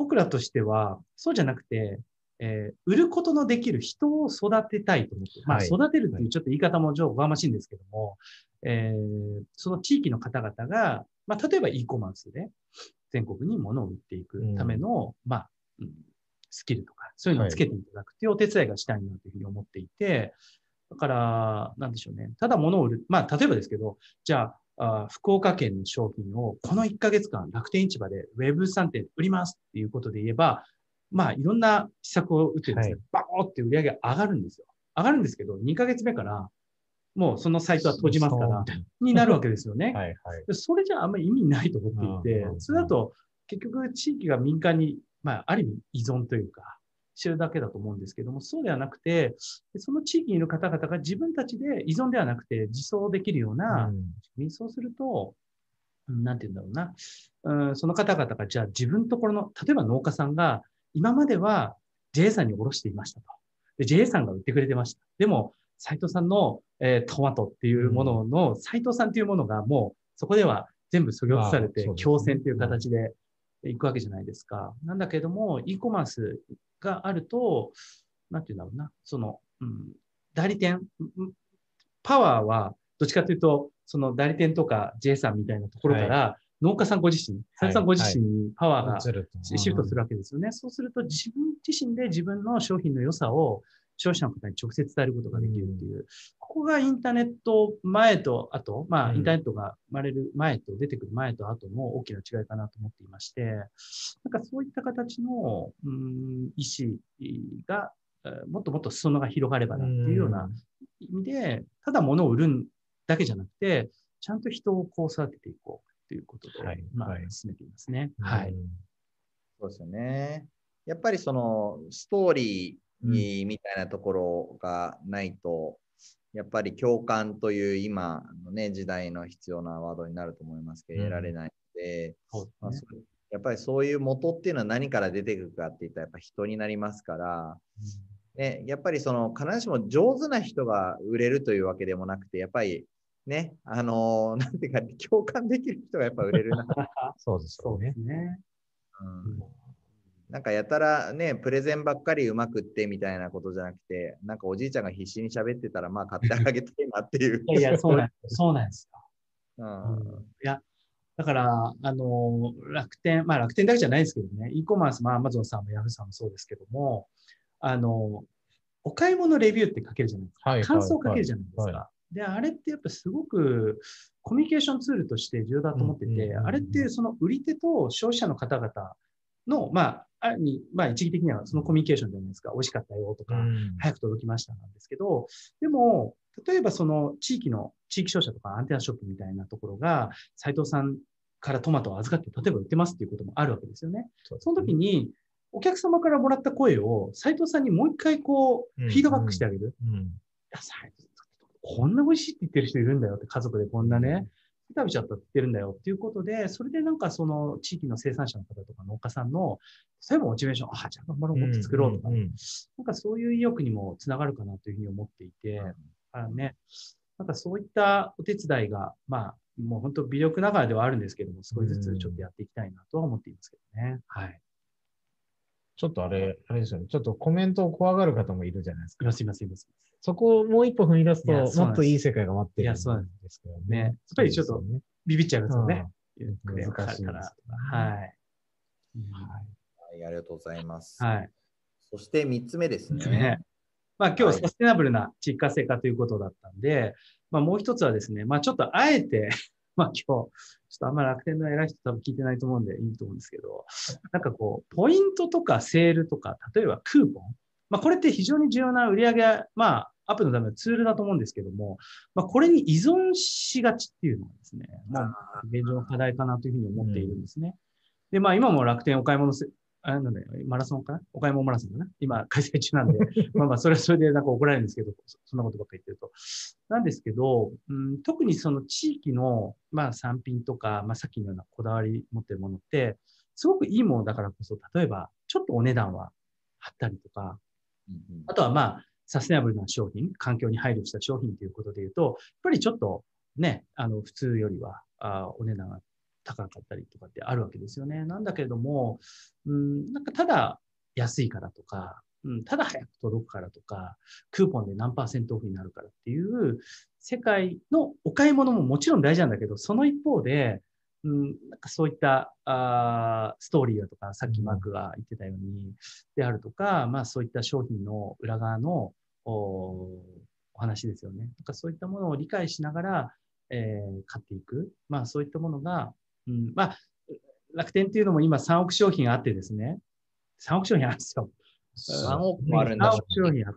僕らとしては、そうじゃなくて、えー売ることのできる人を育てたいと思って、まあ、 はい育てるっていうちょっと言い方もちょっとおがましいんですけども、えーその地域の方々が、まあ、例えば e コマースで全国に物を売っていくための、まあ、うんスキルとか、そういうのをつけていただくっていうお手伝いがしたいなというふうに思っていて、だから、なんでしょうね。ただ物を売る。まあ、例えばですけど、じゃあ、あ福岡県の商品をこのいっかげつかん楽天市場で ウェブ さんてん売りますっていうことで言えば、まあ、いろんな施策を打ってですね、 はいバコーって売り上げ上がるんですよ。上がるんですけど、にかげつめから、もうそのサイトは閉じますから、になるわけですよね。 はいはい。 でそれじゃあんまり意味ないと思っていてうん、 それだと結局地域が民間に、まあ、ある意味依存というか、してるだけだと思うんですけども、そうではなくて、その地域にいる方々が自分たちで依存ではなくて自走できるような、うん、そうすると、なんて言うんだろうな、うん、その方々がじゃあ自分のところの、例えば農家さんが今までは ジェイエー さんに卸していましたと。で、ジェイエー さんが売ってくれてました。でも、斉藤さんの、えー、トマトっていうものの、斉藤さんというものがもうそこでは全部削ぎ落とされて、共戦という形でいくわけじゃないですか。なんだけども、e コマースがあると、なんて言うんだろうな、その、うん、代理店、パワーは、どっちかというと、その代理店とか ジェイ さんみたいなところから、はい、農家さんご自身、斉藤さんご自身にパワーがシフトするわけですよね。はいはい、そうすると、自分自身で自分の商品の良さを消費者の方に直接伝えることができるっていう、うん、ここがインターネット前と後、まあ、インターネットが生まれる前と出てくる前と後の大きな違いかなと思っていまして、なんかそういった形の、うん、意思が、もっともっと裾野が広がればなっていうような意味で、ただ物を売るだけじゃなくて、ちゃんと人をこう育てていこうということで、はい、まあ、進めていますね。はい。 そうですよね。やっぱりそのストーリーみたいなところがないと、うん、やっぱり共感という今のね、時代の必要なワードになると思いますけど、うん、得られないので、そうですね。まあ、やっぱりそういう元っていうのは何から出てくるかっていったらやっぱ人になりますから、うん、ね、やっぱりその必ずしも上手な人が売れるというわけでもなくて、やっぱりね、あのー、なんていうか、共感できる人がやっぱ売れるな。 そうですよね。 そうですね。 うん、なんかやたらね、プレゼンばっかりうまくってみたいなことじゃなくて、なんかおじいちゃんが必死に喋ってたら、まあ買ってあげたいなっていう。 いやいや、そうなんですよ。そうなんですよ。 うん、 いや、だから、あの、楽天、まあ楽天だけじゃないですけどね、e コマース、まあ Amazon さんも Yahoo さんもそうですけども、あの、お買い物レビューって書けるじゃないですか。はい、感想書けるじゃないですか。はいはい、で、あれってやっぱすごくコミュニケーションツールとして重要だと思ってて、うんうんうんうん、あれってその売り手と消費者の方々の、まあ、ある意味、まあ一義的にはそのコミュニケーションじゃないですか。美味しかったよとか、うん、早く届きましたなんですけど、でも、例えばその地域の、地域商社とかアンテナショップみたいなところが、斉藤さんからトマトを預かって、例えば売ってますっていうこともあるわけですよね。そ, その時に、お客様からもらった声を斉藤さんにもう一回こう、フィードバックしてあげる。うんうん、いや、斉藤さん、こんな美味しいって言ってる人いるんだよって、家族でこんなね、食べちゃったって言ってるんだよっていうことで、それでなんかその地域の生産者の方とか農家さんの、例えばモチベーション、あ、じゃあ頑張ろう、もっと作ろうとか、うんうんうん、なんかそういう意欲にもつながるかなというふうに思っていて、うん、あのね、なんかそういったお手伝いが、まあ、もう本当微力ながらではあるんですけども、少しずつちょっとやっていきたいなとは思っていますけどね。はい。 ちょっとあれ、あれですよね。ちょっとコメントを怖がる方もいるじゃないですか。 います、います、います。 そこをもう一歩踏み出すと、もっといい世界が待ってるんですけどね。 やっぱりちょっとビビっちゃいますよね。 難しいです。 はい。はい。 ありがとうございます。 はい。 そしてみっつめですね。 まあ今日サステナブルな地域活性化ということだったんで、まあもう一つはですね、まあちょっとあえて、まあ今日、ちょっとあんまり楽天の偉い人多分聞いてないと思うんでいいと思うんですけど、なんかこう、ポイントとかセールとか、例えばクーポン。まあこれって非常に重要な売り上げ、まあアップのためのツールだと思うんですけども、まあこれに依存しがちっていうのがですね、まあ現状の課題かなというふうに思っているんですね。うん、で、まあ今も楽天お買い物せ、あなんだよ、マラソンかなお買い物マラソンかな今開催中なんで、まあまあそれはそれでなんか怒られるんですけど、そんなことばっかり言ってると。なんですけど、うん、特にその地域の、まあ産品とか、まあさっきのようなこだわり持ってるものって、すごくいいものだからこそ、例えばちょっとお値段は張ったりとか、うんうん、あとはまあサステナブルな商品、環境に配慮した商品ということで言うと、やっぱりちょっとね、あの普通よりはあお値段が高かったりとかってあるわけですよね。なんだけれども、うん、なんかただ安いからとか、うん、ただ早く届くからとか、クーポンで何パーセントオフになるからっていう世界のお買い物ももちろん大事なんだけど、その一方で、うん、なんかそういったあストーリーだとか、さっきマークが言ってたように、であるとか、まあそういった商品の裏側のおお話ですよね。なんかそういったものを理解しながら、えー、買っていく。まあそういったものが、うん、まあ楽天っていうのも今さんおく商品あってですね、さんおく商品あるんですよ。 さんおくもあるんだ。 さんおく商品あって。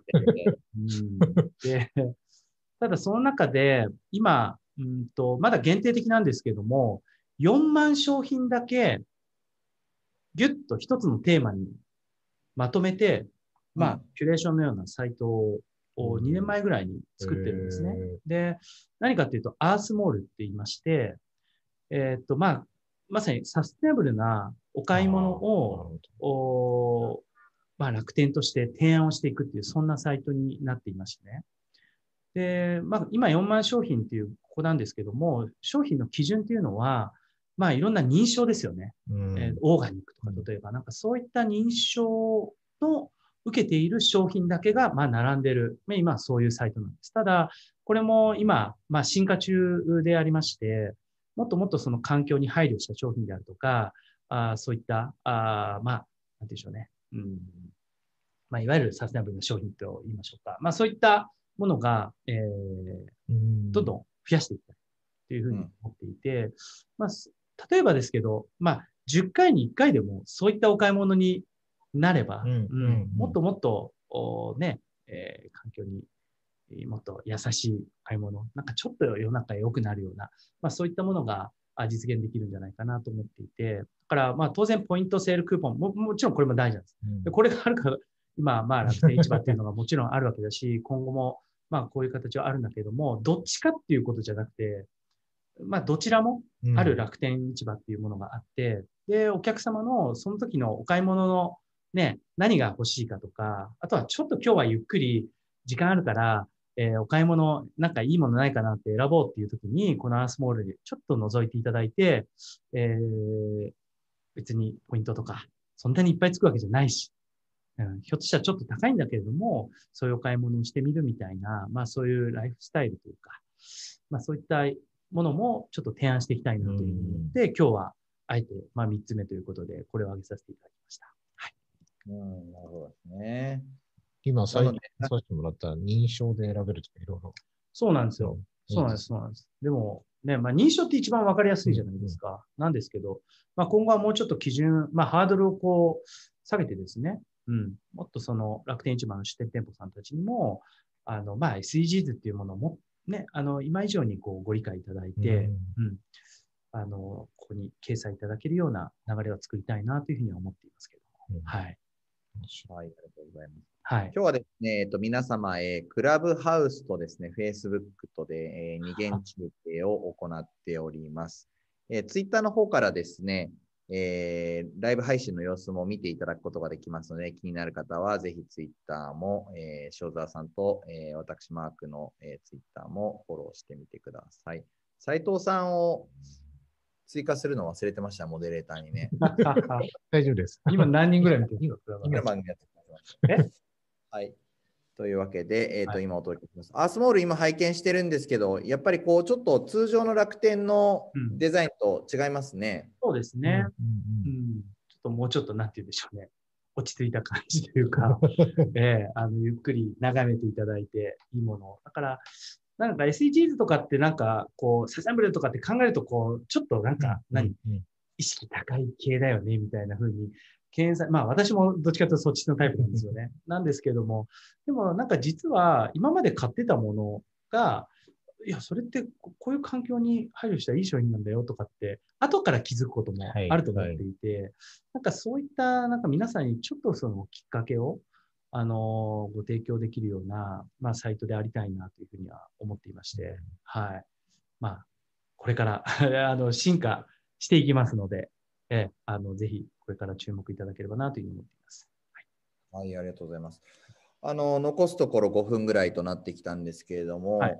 うん、で、ただその中で、今、うんと、まだ限定的なんですけども、よんまん商品だけ、ギュッと一つのテーマにまとめて、まあ、キュレーションのようなサイトをにねんまえぐらいに作ってるんですね。で、何かっていうと、アースモールって言いまして、えっと、まあ、まさにサステナブルなお買い物を、おまあ、楽天として提案をしていくっていう、そんなサイトになっていましてね。で、まあ、今よんまん商品っていうここなんですけども、商品の基準っていうのは、まあ、いろんな認証ですよね。うんえー、オーガニックとか、例えば、なんかそういった認証の受けている商品だけが、まあ、並んでる。まあ、今はそういうサイトなんです。ただ、これも今、まあ、進化中でありまして、もっともっとその環境に配慮した商品であるとか、あそういった、あまあ、なんて言うんでしょうね。うんまあ、いわゆるサステナブルな商品と言いましょうか。まあ、そういったものが、えー、どんどん増やしていきたいというふうに思っていて、うんまあ、例えばですけど、まあ、じゅっかいにいっかいでもそういったお買い物になれば、うんうんうん、もっともっと、ね、えー、環境にもっと優しい買い物、なんかちょっと世の中良くなるような、まあ、そういったものが実現できるんじゃないかなと思っていて、だからまあ当然ポイントセールクーポンも、もちろんこれも大事なんです。うん、でこれがあるから、今、まあ楽天市場っていうのがもちろんあるわけだし、今後もまあこういう形はあるんだけども、どっちかっていうことじゃなくて、まあどちらもある楽天市場っていうものがあって、うん、で、お客様のその時のお買い物のね、何が欲しいかとか、あとはちょっと今日はゆっくり時間あるから、えー、お買い物、なんかいいものないかなって選ぼうっていう時に、このアースモールでちょっと覗いていただいて、えー、別にポイントとか、そんなにいっぱいつくわけじゃないし、うん、ひょっとしたらちょっと高いんだけれども、そういうお買い物をしてみるみたいな、まあそういうライフスタイルというか、まあそういったものもちょっと提案していきたいなというふうに思って、今日はあえてまあみっつめということで、これを挙げさせていただきました。はい。 うん、なるほどですね。 今、最初させてもらった認証で選べるとかいろいろ。 そうなんですよ。そうなんです、そうなんです。でも、ね、まあ認証って一番わかりやすいじゃないですか。うんうん、なんですけど、まあ今後はもうちょっと基準、まあハードルをこう下げてですね、うん、もっとその楽天市場の出店店舗さんたちにも、あの、まあ エスディージーズ っていうものをも、ね、あの、今以上にこうご理解いただいて、うん、うん、あの、ここに掲載いただけるような流れを作りたいなというふうには思っていますけども、うん、はい。 はい、ありがとうございます。 はい、 今日はですね、えっと、皆様、えー、クラブハウスとですね、Facebook とで、えー、二元中継を行っております。えー、Twitter の方からですね、えー、ライブ配信の様子も見ていただくことができますので、気になる方はぜひ Twitter も、えー、塩沢さんと、えー、私マークの、えー、Twitter もフォローしてみてください。斉藤さんを追加するの忘れてました、モデレーターにね。 大丈夫です。 今何人ぐらい見てるんですか？ 今の番組やってます。 えはい。というわけで、えーとはい、今お届けします。アースモール今拝見してるんですけど、やっぱりこうちょっと通常の楽天のデザインと違いますね。 うん、そうですね、うんうんうん。ちょっともうちょっとなんて言うんでしょうね。落ち着いた感じというか、えー、あのゆっくり眺めていただいていいもの。だから、なんか エスディージーズ とかってなんかこう、サステナブルとかって考えるとこう、ちょっとなんか何、うんうん、意識高い系だよねみたいな風に検索、まあ私もどっちかというとそっちのタイプなんですよね。なんですけども、でもなんか実は今まで買ってたものが、いや、それってこういう環境に配慮したいい商品なんだよとかって、後から気づくこともあると思っていて、はいはい、なんかそういったなんか皆さんにちょっとそのきっかけを、あの、ご提供できるような、まあサイトでありたいなというふうには思っていまして、はい。まあ、これからあの進化していきますので、えあのぜひこれから注目いただければなというふうに思っています。 はい、はい、ありがとうございます。あの残すところごふんぐらいとなってきたんですけれども、はい、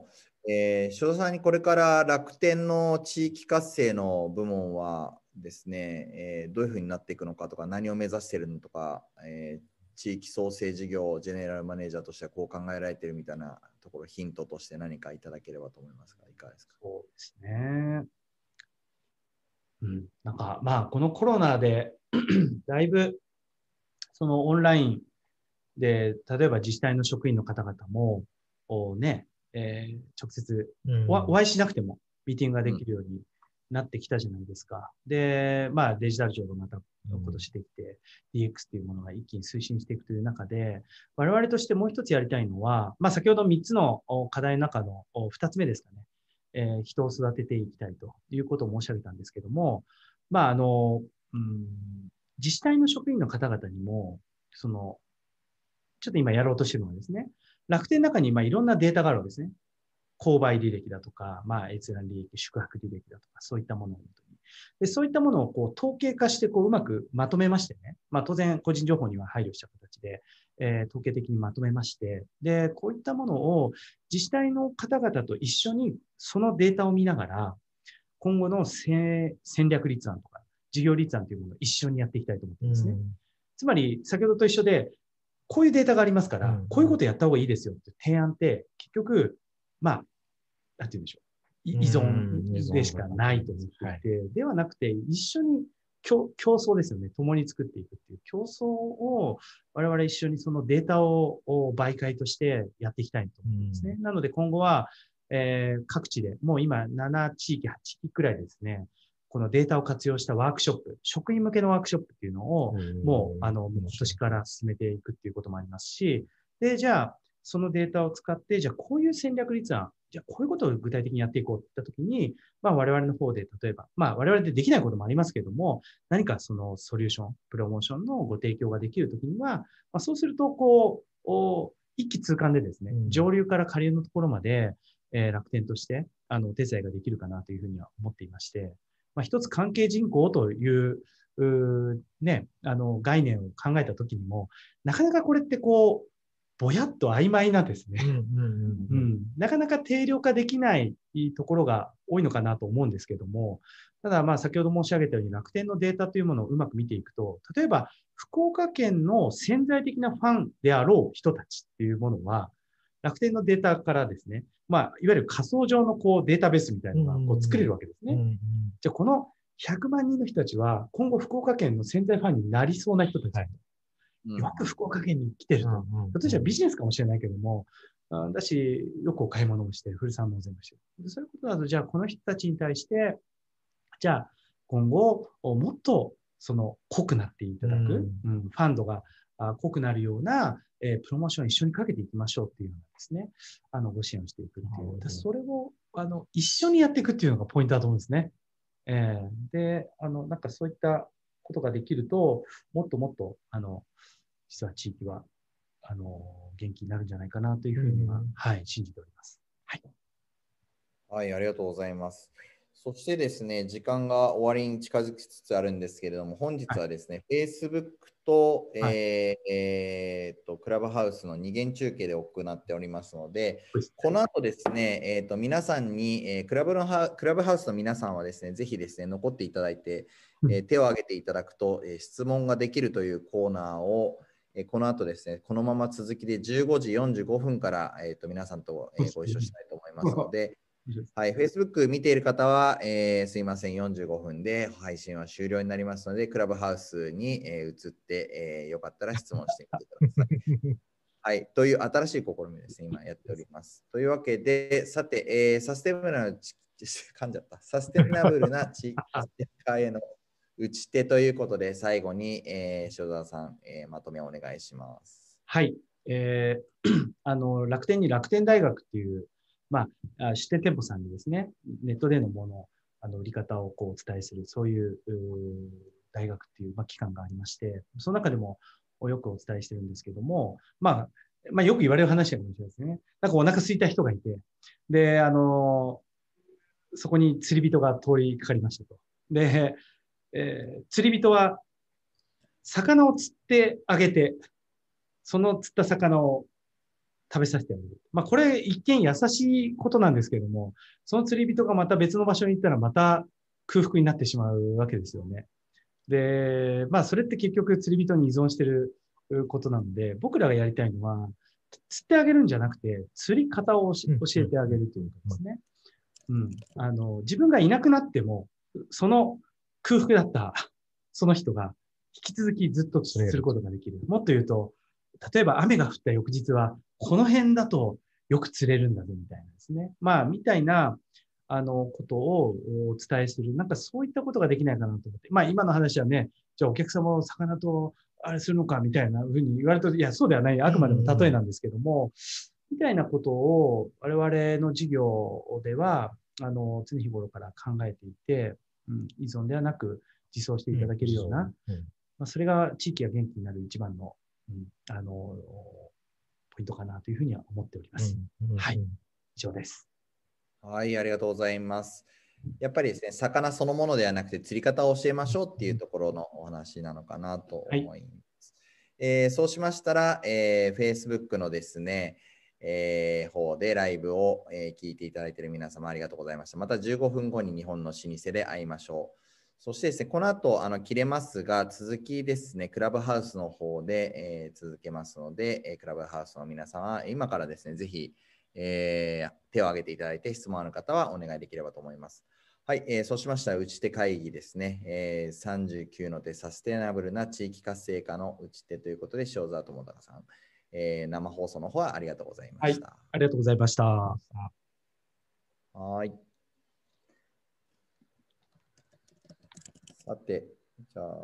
えー、塩田さんにこれから楽天の地域活性の部門はですね、えー、どういうふうになっていくのかとか、何を目指しているのとか、えー、地域創生事業ジェネラルマネージャーとしてはこう考えられているみたいなところ、ヒントとして何かいただければと思いますが、いかがですか。 そうですね。うん、なんかまあこのコロナでだいぶそのオンラインで例えば自治体の職員の方々もおね、えー、直接お、お会いしなくてもミーティングができるようになってきたじゃないですか。で、まあデジタル庁がまた今年できて、うん、ディーエックス というものが一気に推進していくという中で、我々としてもう一つやりたいのは、まあ先ほどみっつの課題の中のふたつめですかね。えー、人を育てていきたいということを申し上げたんですけども、まああの、うん、自治体の職員の方々にも、その、ちょっと今やろうとしているのはですね、楽天の中にまあいろんなデータがあるわけですね。購買履歴だとか、まあ、閲覧履歴、宿泊履歴だとか、そういったものを元に。で、そういったものをこう統計化してこううまくまとめましてね、まあ当然個人情報には配慮した形で、えー、統計的にまとめまして、で、こういったものを自治体の方々と一緒にそのデータを見ながら、今後の戦略立案とか、事業立案というものを一緒にやっていきたいと思っていますね。うん、つまり、先ほどと一緒で、こういうデータがありますから、うん、こういうことやった方がいいですよって提案って、結局、まあ、なんて言うんでしょう。依存でしかないと思っていて、はい、ではなくて、一緒に競争ですよね。共に作っていくっていう競争を、我々一緒にそのデータを媒介としてやっていきたいと思うんですね。うん、なので今後は、えー、各地で、もう今なな地域、はち地域くらいですね、このデータを活用したワークショップ、職員向けのワークショップっていうのを、もう、あの、今年から進めていくっていうこともありますし、で、じゃあ、そのデータを使って、じゃあこういう戦略立案、じゃあこういうことを具体的にやっていこうって言ったときに、まあ我々の方で、例えば、まあ我々でできないこともありますけれども、何かそのソリューション、プロモーションのご提供ができるときには、まあそうすると、こう、一気通貫でですね、上流から下流のところまで、えー、楽天として、あの、お手伝いができるかなというふうには思っていまして、まあ一つ関係人口という、うね、あの、概念を考えたときにも、なかなかこれってこう、ぼやっと曖昧なんですね。なかなか定量化できないところが多いのかなと思うんですけども、ただまあ先ほど申し上げたように楽天のデータというものをうまく見ていくと、例えば福岡県の潜在的なファンであろう人たちっていうものは、楽天のデータからですね、まあいわゆる仮想上のこうデータベースみたいなのがこう作れるわけですね。じゃあこのひゃくまんにんの人たちは今後福岡県の潜在ファンになりそうな人たち。はい、よく福岡県に来てると。ひょっとしたらビジネスかもしれないけども、だし、よくお買い物をして、フルサン納税もしてる。そういうことだと、じゃあこの人たちに対して、じゃあ今後、もっとその濃くなっていただく、うんうん、ファンドが濃くなるような、えー、プロモーションを一緒にかけていきましょうっていうのがですね、あのご支援をしていくっていう。それをあの一緒にやっていくっていうのがポイントだと思うんですね。えー、で、あの、なんかそういったことができると、もっともっと、あの、実は地域は、あの、元気になるんじゃないかなというふうには、うん、はい、信じております。はい。 はい、ありがとうございます。そしてですね、時間が終わりに近づきつつあるんですけれども、本日はですね、はい、Facebook と、えーはい、えー、とクラブハウスの二元中継で行っておりますので、この後ですね、えー、と皆さんに、えークラブのハ、クラブハウスの皆さんはですね、ぜひですね、残っていただいて、えー、手を挙げていただくと、えー、質問ができるというコーナーを、えー、この後ですね、このまま続きでじゅうごじよんじゅうごふんから、えー、と皆さんと、えー、ご一緒したいと思いますので、はい、Facebook 見ている方は、えー、すいません、よんじゅうごふんで配信は終了になりますので、クラブハウスに、えー、移って、えー、よかったら質問してみてください。はい、という新しい試みですね、今やっております。というわけで、さて、えー、サステナブルな、噛んじゃった。サステナブルな地域活性化への打ち手ということで、最後に、えー、塩澤さん、えー、まとめをお願いします。 はい、えー、あの楽天に楽天大学っていう、まあ、出店店舗さんにですね、ネットでのもの、あの売り方をこうお伝えする、そういう、う大学っていう、まあ、機関がありまして、その中でもよくお伝えしてるんですけども、まあ、まあ、よく言われる話かもしれないですね。なんかお腹空いた人がいて、で、あの、そこに釣り人が通りかかりましたと。で、えー、釣り人は、魚を釣ってあげて、その釣った魚を食べさせてあげる。まあこれ一見優しいことなんですけども、その釣り人がまた別の場所に行ったらまた空腹になってしまうわけですよね。で、まあそれって結局釣り人に依存してることなので、僕らがやりたいのは、釣ってあげるんじゃなくて、釣り方を教えてあげるということですね。うん。あの、自分がいなくなっても、その空腹だったその人が引き続きずっと釣ることができる。もっと言うと、例えば雨が降った翌日は、この辺だとよく釣れるんだぞみたいなですね。まあ、みたいな、あの、ことをお伝えする。なんかそういったことができないかなと思って。まあ、今の話はね、じゃあお客様を魚とあれするのかみたいなふうに言われると、いや、そうではない。あくまでも例えなんですけども、みたいなことを我々の事業では、あの、常日頃から考えていて、うん、依存ではなく自走していただけるような、うんうん、まあ、それが地域が元気になる一番の、うん、あの、ポイントかなというふうには思っております。うんうんうん、はい。以上です。 はい、ありがとうございます。やっぱりですね、魚そのものではなくて釣り方を教えましょうっていうところのお話なのかなと思います。はい、えー、そうしましたら、えー、Facebook のですね、えー、方でライブを、えー、聞いていただいている皆様ありがとうございました。またじゅうごふんごに日本の老舗で会いましょう。そしてですね、この後あの切れますが、続きですね、クラブハウスの方で、えー、続けますので、えー、クラブハウスの皆様、今からですね、ぜひ、えー、手を挙げていただいて質問ある方はお願いできればと思います。はい、えー、そうしましたら打ち手会議ですね、えー、さんじゅうきゅうの手サステナブルな地域活性化の打ち手ということで塩澤智隆さん、えー、生放送の方はありがとうございました。 はい、ありがとうございました。 はい。さて、じゃあ、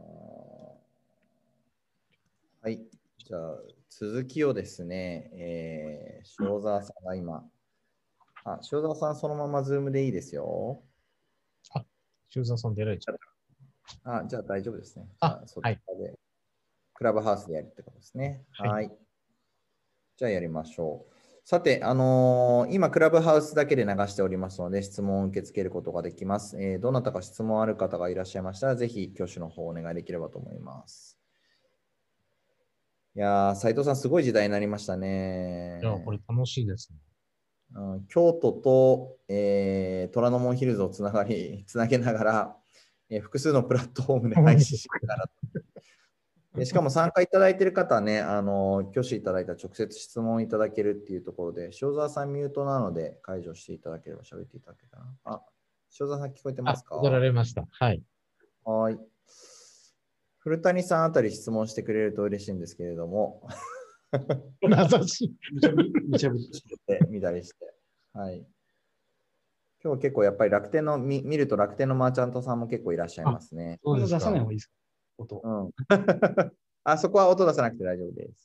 はい。じゃあ、続きをですね、えー、塩澤さんが今、あ、塩澤さんそのままズームでいいですよ。 あ、塩澤さん出られちゃった。 あ、じゃあ大丈夫ですね。じゃあ、そちらで、はい、クラブハウスでやるってことですね。はい。はい、じゃあやりましょう。さて、あのー、今、クラブハウスだけで流しておりますので、質問を受け付けることができます。えー、どなたか質問ある方がいらっしゃいましたら、ぜひ挙手の方お願いできればと思います。いやー、斉藤さん、すごい時代になりましたね。 いや、これ楽しいですね。 うん、京都と、えー、虎ノ門ヒルズをつながり、つなげながら、えー、複数のプラットフォームで配信しながら。でしかも参加いただいている方はね、あの挙手いただいた直接質問いただけるっていうところで、塩澤さんミュートなので解除していただければ喋っていただけたらな。あ、塩澤さん聞こえてますか？ 聞こえられました。はい。 はい。古谷さんあたり質問してくれると嬉しいんですけれども。 名指し。 むちゃぶりして見たりして。はい。今日結構やっぱり楽天の見、見ると楽天のマーチャントさんも結構いらっしゃいますね。 そうですか。出さない方がいいですか？音。 うん。あそこは音出さなくて大丈夫です。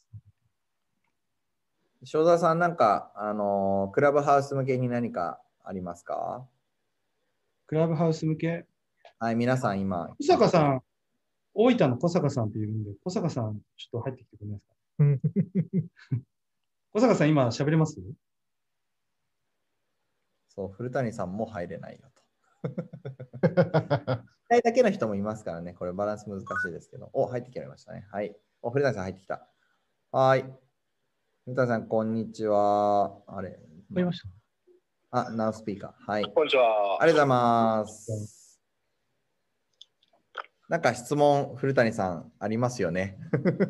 塩澤さん、なんか、あのー、クラブハウス向けに何かありますか？ クラブハウス向け？ はい、皆さん今。 小坂さん、大分の小坂さんっているんで、小坂さん、ちょっと入ってきてくれますか？小坂さん、今喋れます？ そう、古谷さんも入れないよと。いっかいだけの人もいますからね、これバランス難しいですけど。お、入ってきましたね。はい。お、古谷さん入ってきた。はい。古谷さん、こんにちは。あれ。 まました。 あ、ナウスピーカー。はい。 こんにちは。 ありがとうございます。なんか質問、古谷さん、ありますよね。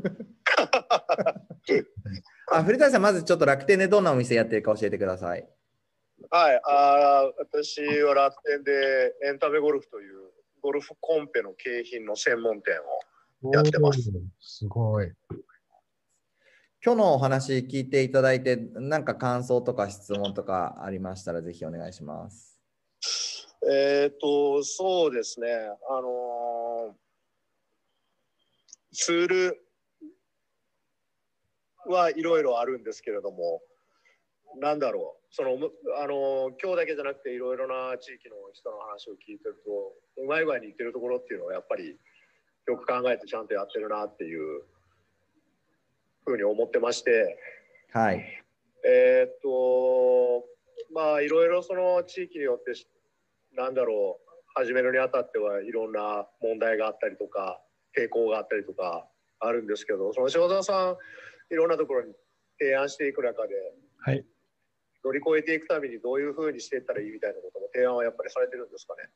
あ、古谷さん、まずちょっと楽天でどんなお店やってるか教えてください。 はい、あ私は楽天でエンタメゴルフというゴルフコンペの景品の専門店をやってます。 すごい。 今日のお話聞いていただいて、何か感想とか質問とかありましたら、ぜひお願いします。 えっと、そうですね。あのー、ツールはいろいろあるんですけれども、なんだろう。そのあの今日だけじゃなくていろいろな地域の人の話を聞いてるとうまい具合に言ってるところっていうのはやっぱりよく考えてちゃんとやってるなっていうふうに思ってまして、 はい、 えー、っとまあいろいろその地域によってなんだろう始めるにあたってはいろんな問題があったりとか傾向があったりとかあるんですけど、その塩澤さんいろんなところに提案していく中で、 はい。 乗り越えていくためにどういうふうにしていったらいいみたいなことも提案はやっぱりされてるんですかね。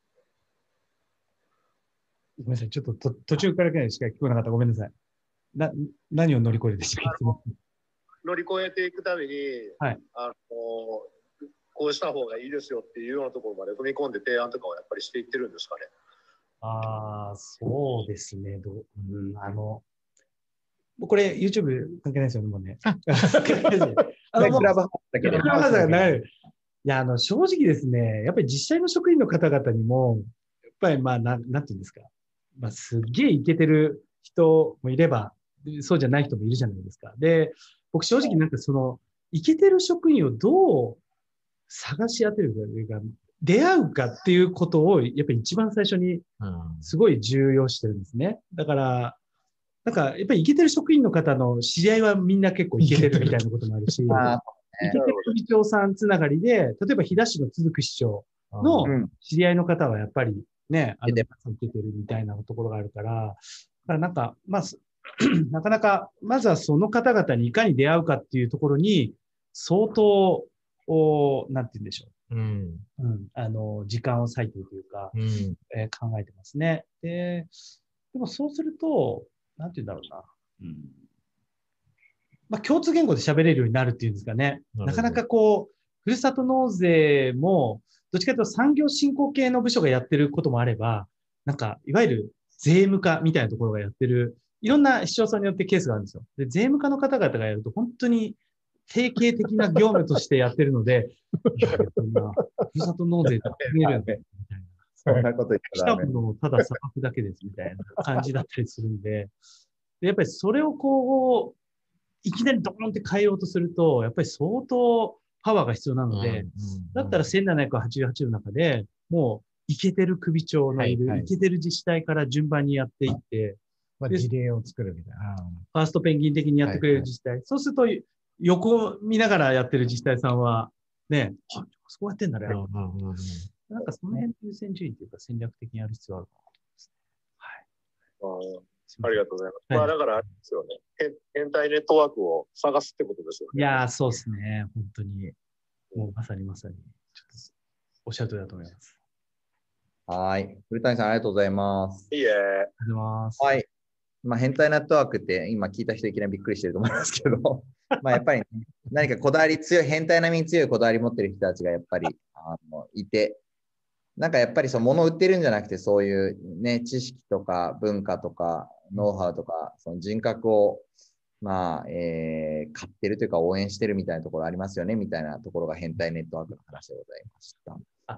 ごめんなさい。ちょっとと途中からしか聞こえなかった。ごめんなさい。な、何を乗り越えるでしたっけ？ 乗り越えていくために、 はい、 あのこうした方がいいですよっていうようなところまで踏み込んで提案とかをやっぱりしていってるんですかね。 ああ、そうですね。どう、うん、あの、これ YouTube 関係ないですよね、もうね。あの、クラブハウスだけど。クラブハウスが流れる。いや、あの、正直ですね、やっぱり自治体の職員の方々にも、やっぱりまあ、なん、なんていうんですか。まあ、すっげえイケてる人もいれば、そうじゃない人もいるじゃないですか。で、僕正直なんかその、イケてる職員をどう探し当てるかというか、出会うかっていうことを、やっぱり一番最初に、すごい重要してるんですね。だから、なんか、やっぱりイケてる職員の方の知り合いはみんな結構イケてるみたいなこともあるし、イケてる議長さんつながりで、例えば飛騨市の都筑市長の知り合いの方はやっぱりね、あの、イケてるみたいなところがあるから、だからなんか、まあ、なかなか、まずはその方々にいかに出会うかっていうところに、相当、おなんて言うんでしょう。うん。うん。あの、時間を割いているというか、うんえー、考えてますね。で、でもそうすると、なんて言うんだろうな。うん。まあ、共通言語で喋れるようになるっていうんですかね。なかなかこう、ふるさと納税も、どっちかというと産業振興系の部署がやってることもあれば、なんか、いわゆる税務課みたいなところがやってる、いろんな市町村によってケースがあるんですよ。で、税務課の方々がやると、本当に定型的な業務としてやってるので、いや、こんな、ふるさと納税って見えるんだよ、みたいな。 そんなこと言ったら。 来たものをたださばくだけです、みたいな感じだったりするんで、でやっぱりそれをこう、いきなりドーンって変えようとすると、やっぱり相当パワーが必要なので、うんうんうん、だったらせんななひゃくはちじゅうはちの中で、もう、イケてる首長のいる、はいはい、イケてる自治体から順番にやっていって、 まあ、事例を作るみたいな。 ファーストペンギン的にやってくれる自治体。はいはい、そうすると、横を見ながらやってる自治体さんは、ね、あ、そうやってんだね。うんうんうん、なんかその辺の優先順位というか戦略的にやる必要あるかなと思いますね。はい。 ありがとうございます。はい、まあだからあれですよね。変態ネットワークを探すってことですよね。 いやー、そうですね。本当に。もうまさにまさに。ちょっとおっしゃる通りだと思います。 はい。古谷さん、ありがとうございます。 いいえ。ありがとうございます。 はい。まあ、変態ネットワークって今聞いた人いきなりびっくりしてると思いますけど、まあやっぱり、ね、何かこだわり強い、変態並みに強いこだわり持ってる人たちがやっぱりあのいて、なんかやっぱりそう物を売ってるんじゃなくて、そういうね、知識とか文化とかノウハウとか、その人格を、まあ、えー、買ってるというか応援してるみたいなところありますよね、みたいなところが変態ネットワークの話でございました。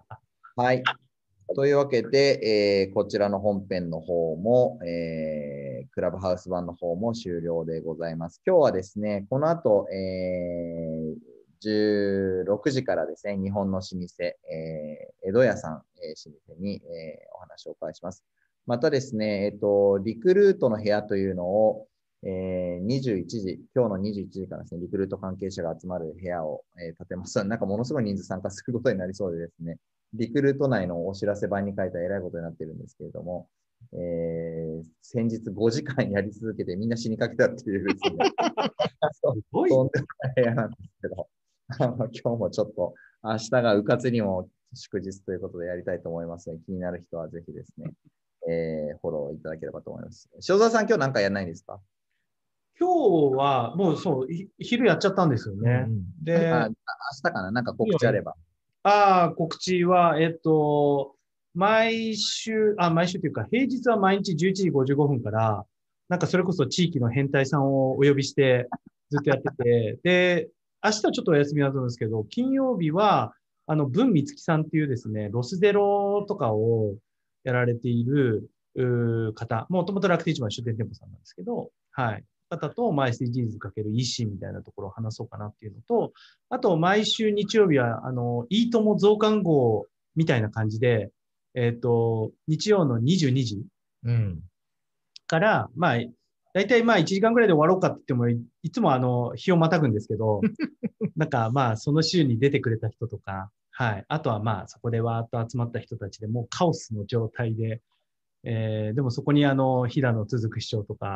はい。というわけで、えー、こちらの本編の方も、えー、クラブハウス版の方も終了でございます。今日はですね、この後、えー、じゅうろくじからですね、日本の老舗、えー、江戸屋さん、えー、老舗に、えー、お話をお伺いします。またですね、えっと、リクルートの部屋というのを、えー、にじゅういちじ、今日のにじゅういちじからですね、リクルート関係者が集まる部屋を、えー、建てます。なんかものすごい人数参加することになりそうでですね、リクルート内のお知らせ版に書いたらえらいことになっているんですけれども、えー、先日ごじかんやり続けてみんな死にかけたっていうですね、そとんでもない部屋なんですけど、あの今日もちょっと明日がうかつにも祝日ということでやりたいと思いますので、気になる人はぜひですね、えー、フォローいただければと思います。塩沢さん、今日何かやらないんですか？ 今日はもうそう、昼やっちゃったんですよね。うん、で、 あ、明日かな、なんか告知あれば。 ああ、告知は、えっと、毎週、あ、毎週というか、平日は毎日じゅういちじごじゅうごふんから、なんかそれこそ地域の変態さんをお呼びして、ずっとやってて、で、明日はちょっとお休みだと思うんですけど、金曜日は、あの、文美月さんっていうですね、ロスゼロとかをやられている方、もともと楽天市場の出店店舗さんなんですけど、はい。方と、まあ、エスディージーズ かける イーシー みたいなところを話そうかなっていうのと、あと、毎週日曜日は、あの、いいとも増刊号みたいな感じで、えっと、日曜のにじゅうにじから、うん、まあ、だいたいまあいちじかんぐらいで終わろうかって言っても、い, いつもあの、日をまたぐんですけど、なんかまあ、その週に出てくれた人とか、はい。あとはまあ、そこでわーっと集まった人たちでもうカオスの状態で、えー、でもそこにあの、飛騨の都筑市長とか、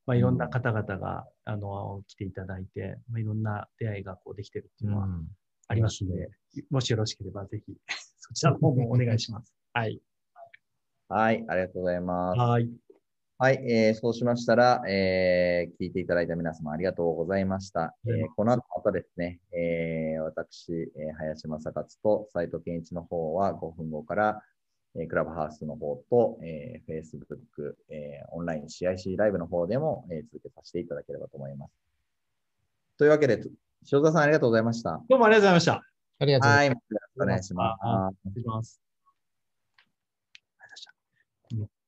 まあ、いろんな方々が、あの来ていただいて、まあ、いろんな出会いがこうできてるっていうのはありますので、もしよろしければぜひそちらの方もお願いします。はい。 はい、ありがとうございます。 はい。 はい、えー、そうしましたら、えー、聞いていただいた皆様ありがとうございました。えー、この後またですね、えー、私、えー、林正勝と斉藤健一の方はごふんごから、えー、クラブハウスの方と、えー、Facebook、えー、オンライン シーアイシー ライブの方でも、えー、続けさせていただければと思います。というわけで、塩澤さんありがとうございました。 どうもありがとうございました。 ありがとうございます。 はい、よろしくお願いします。 失礼します。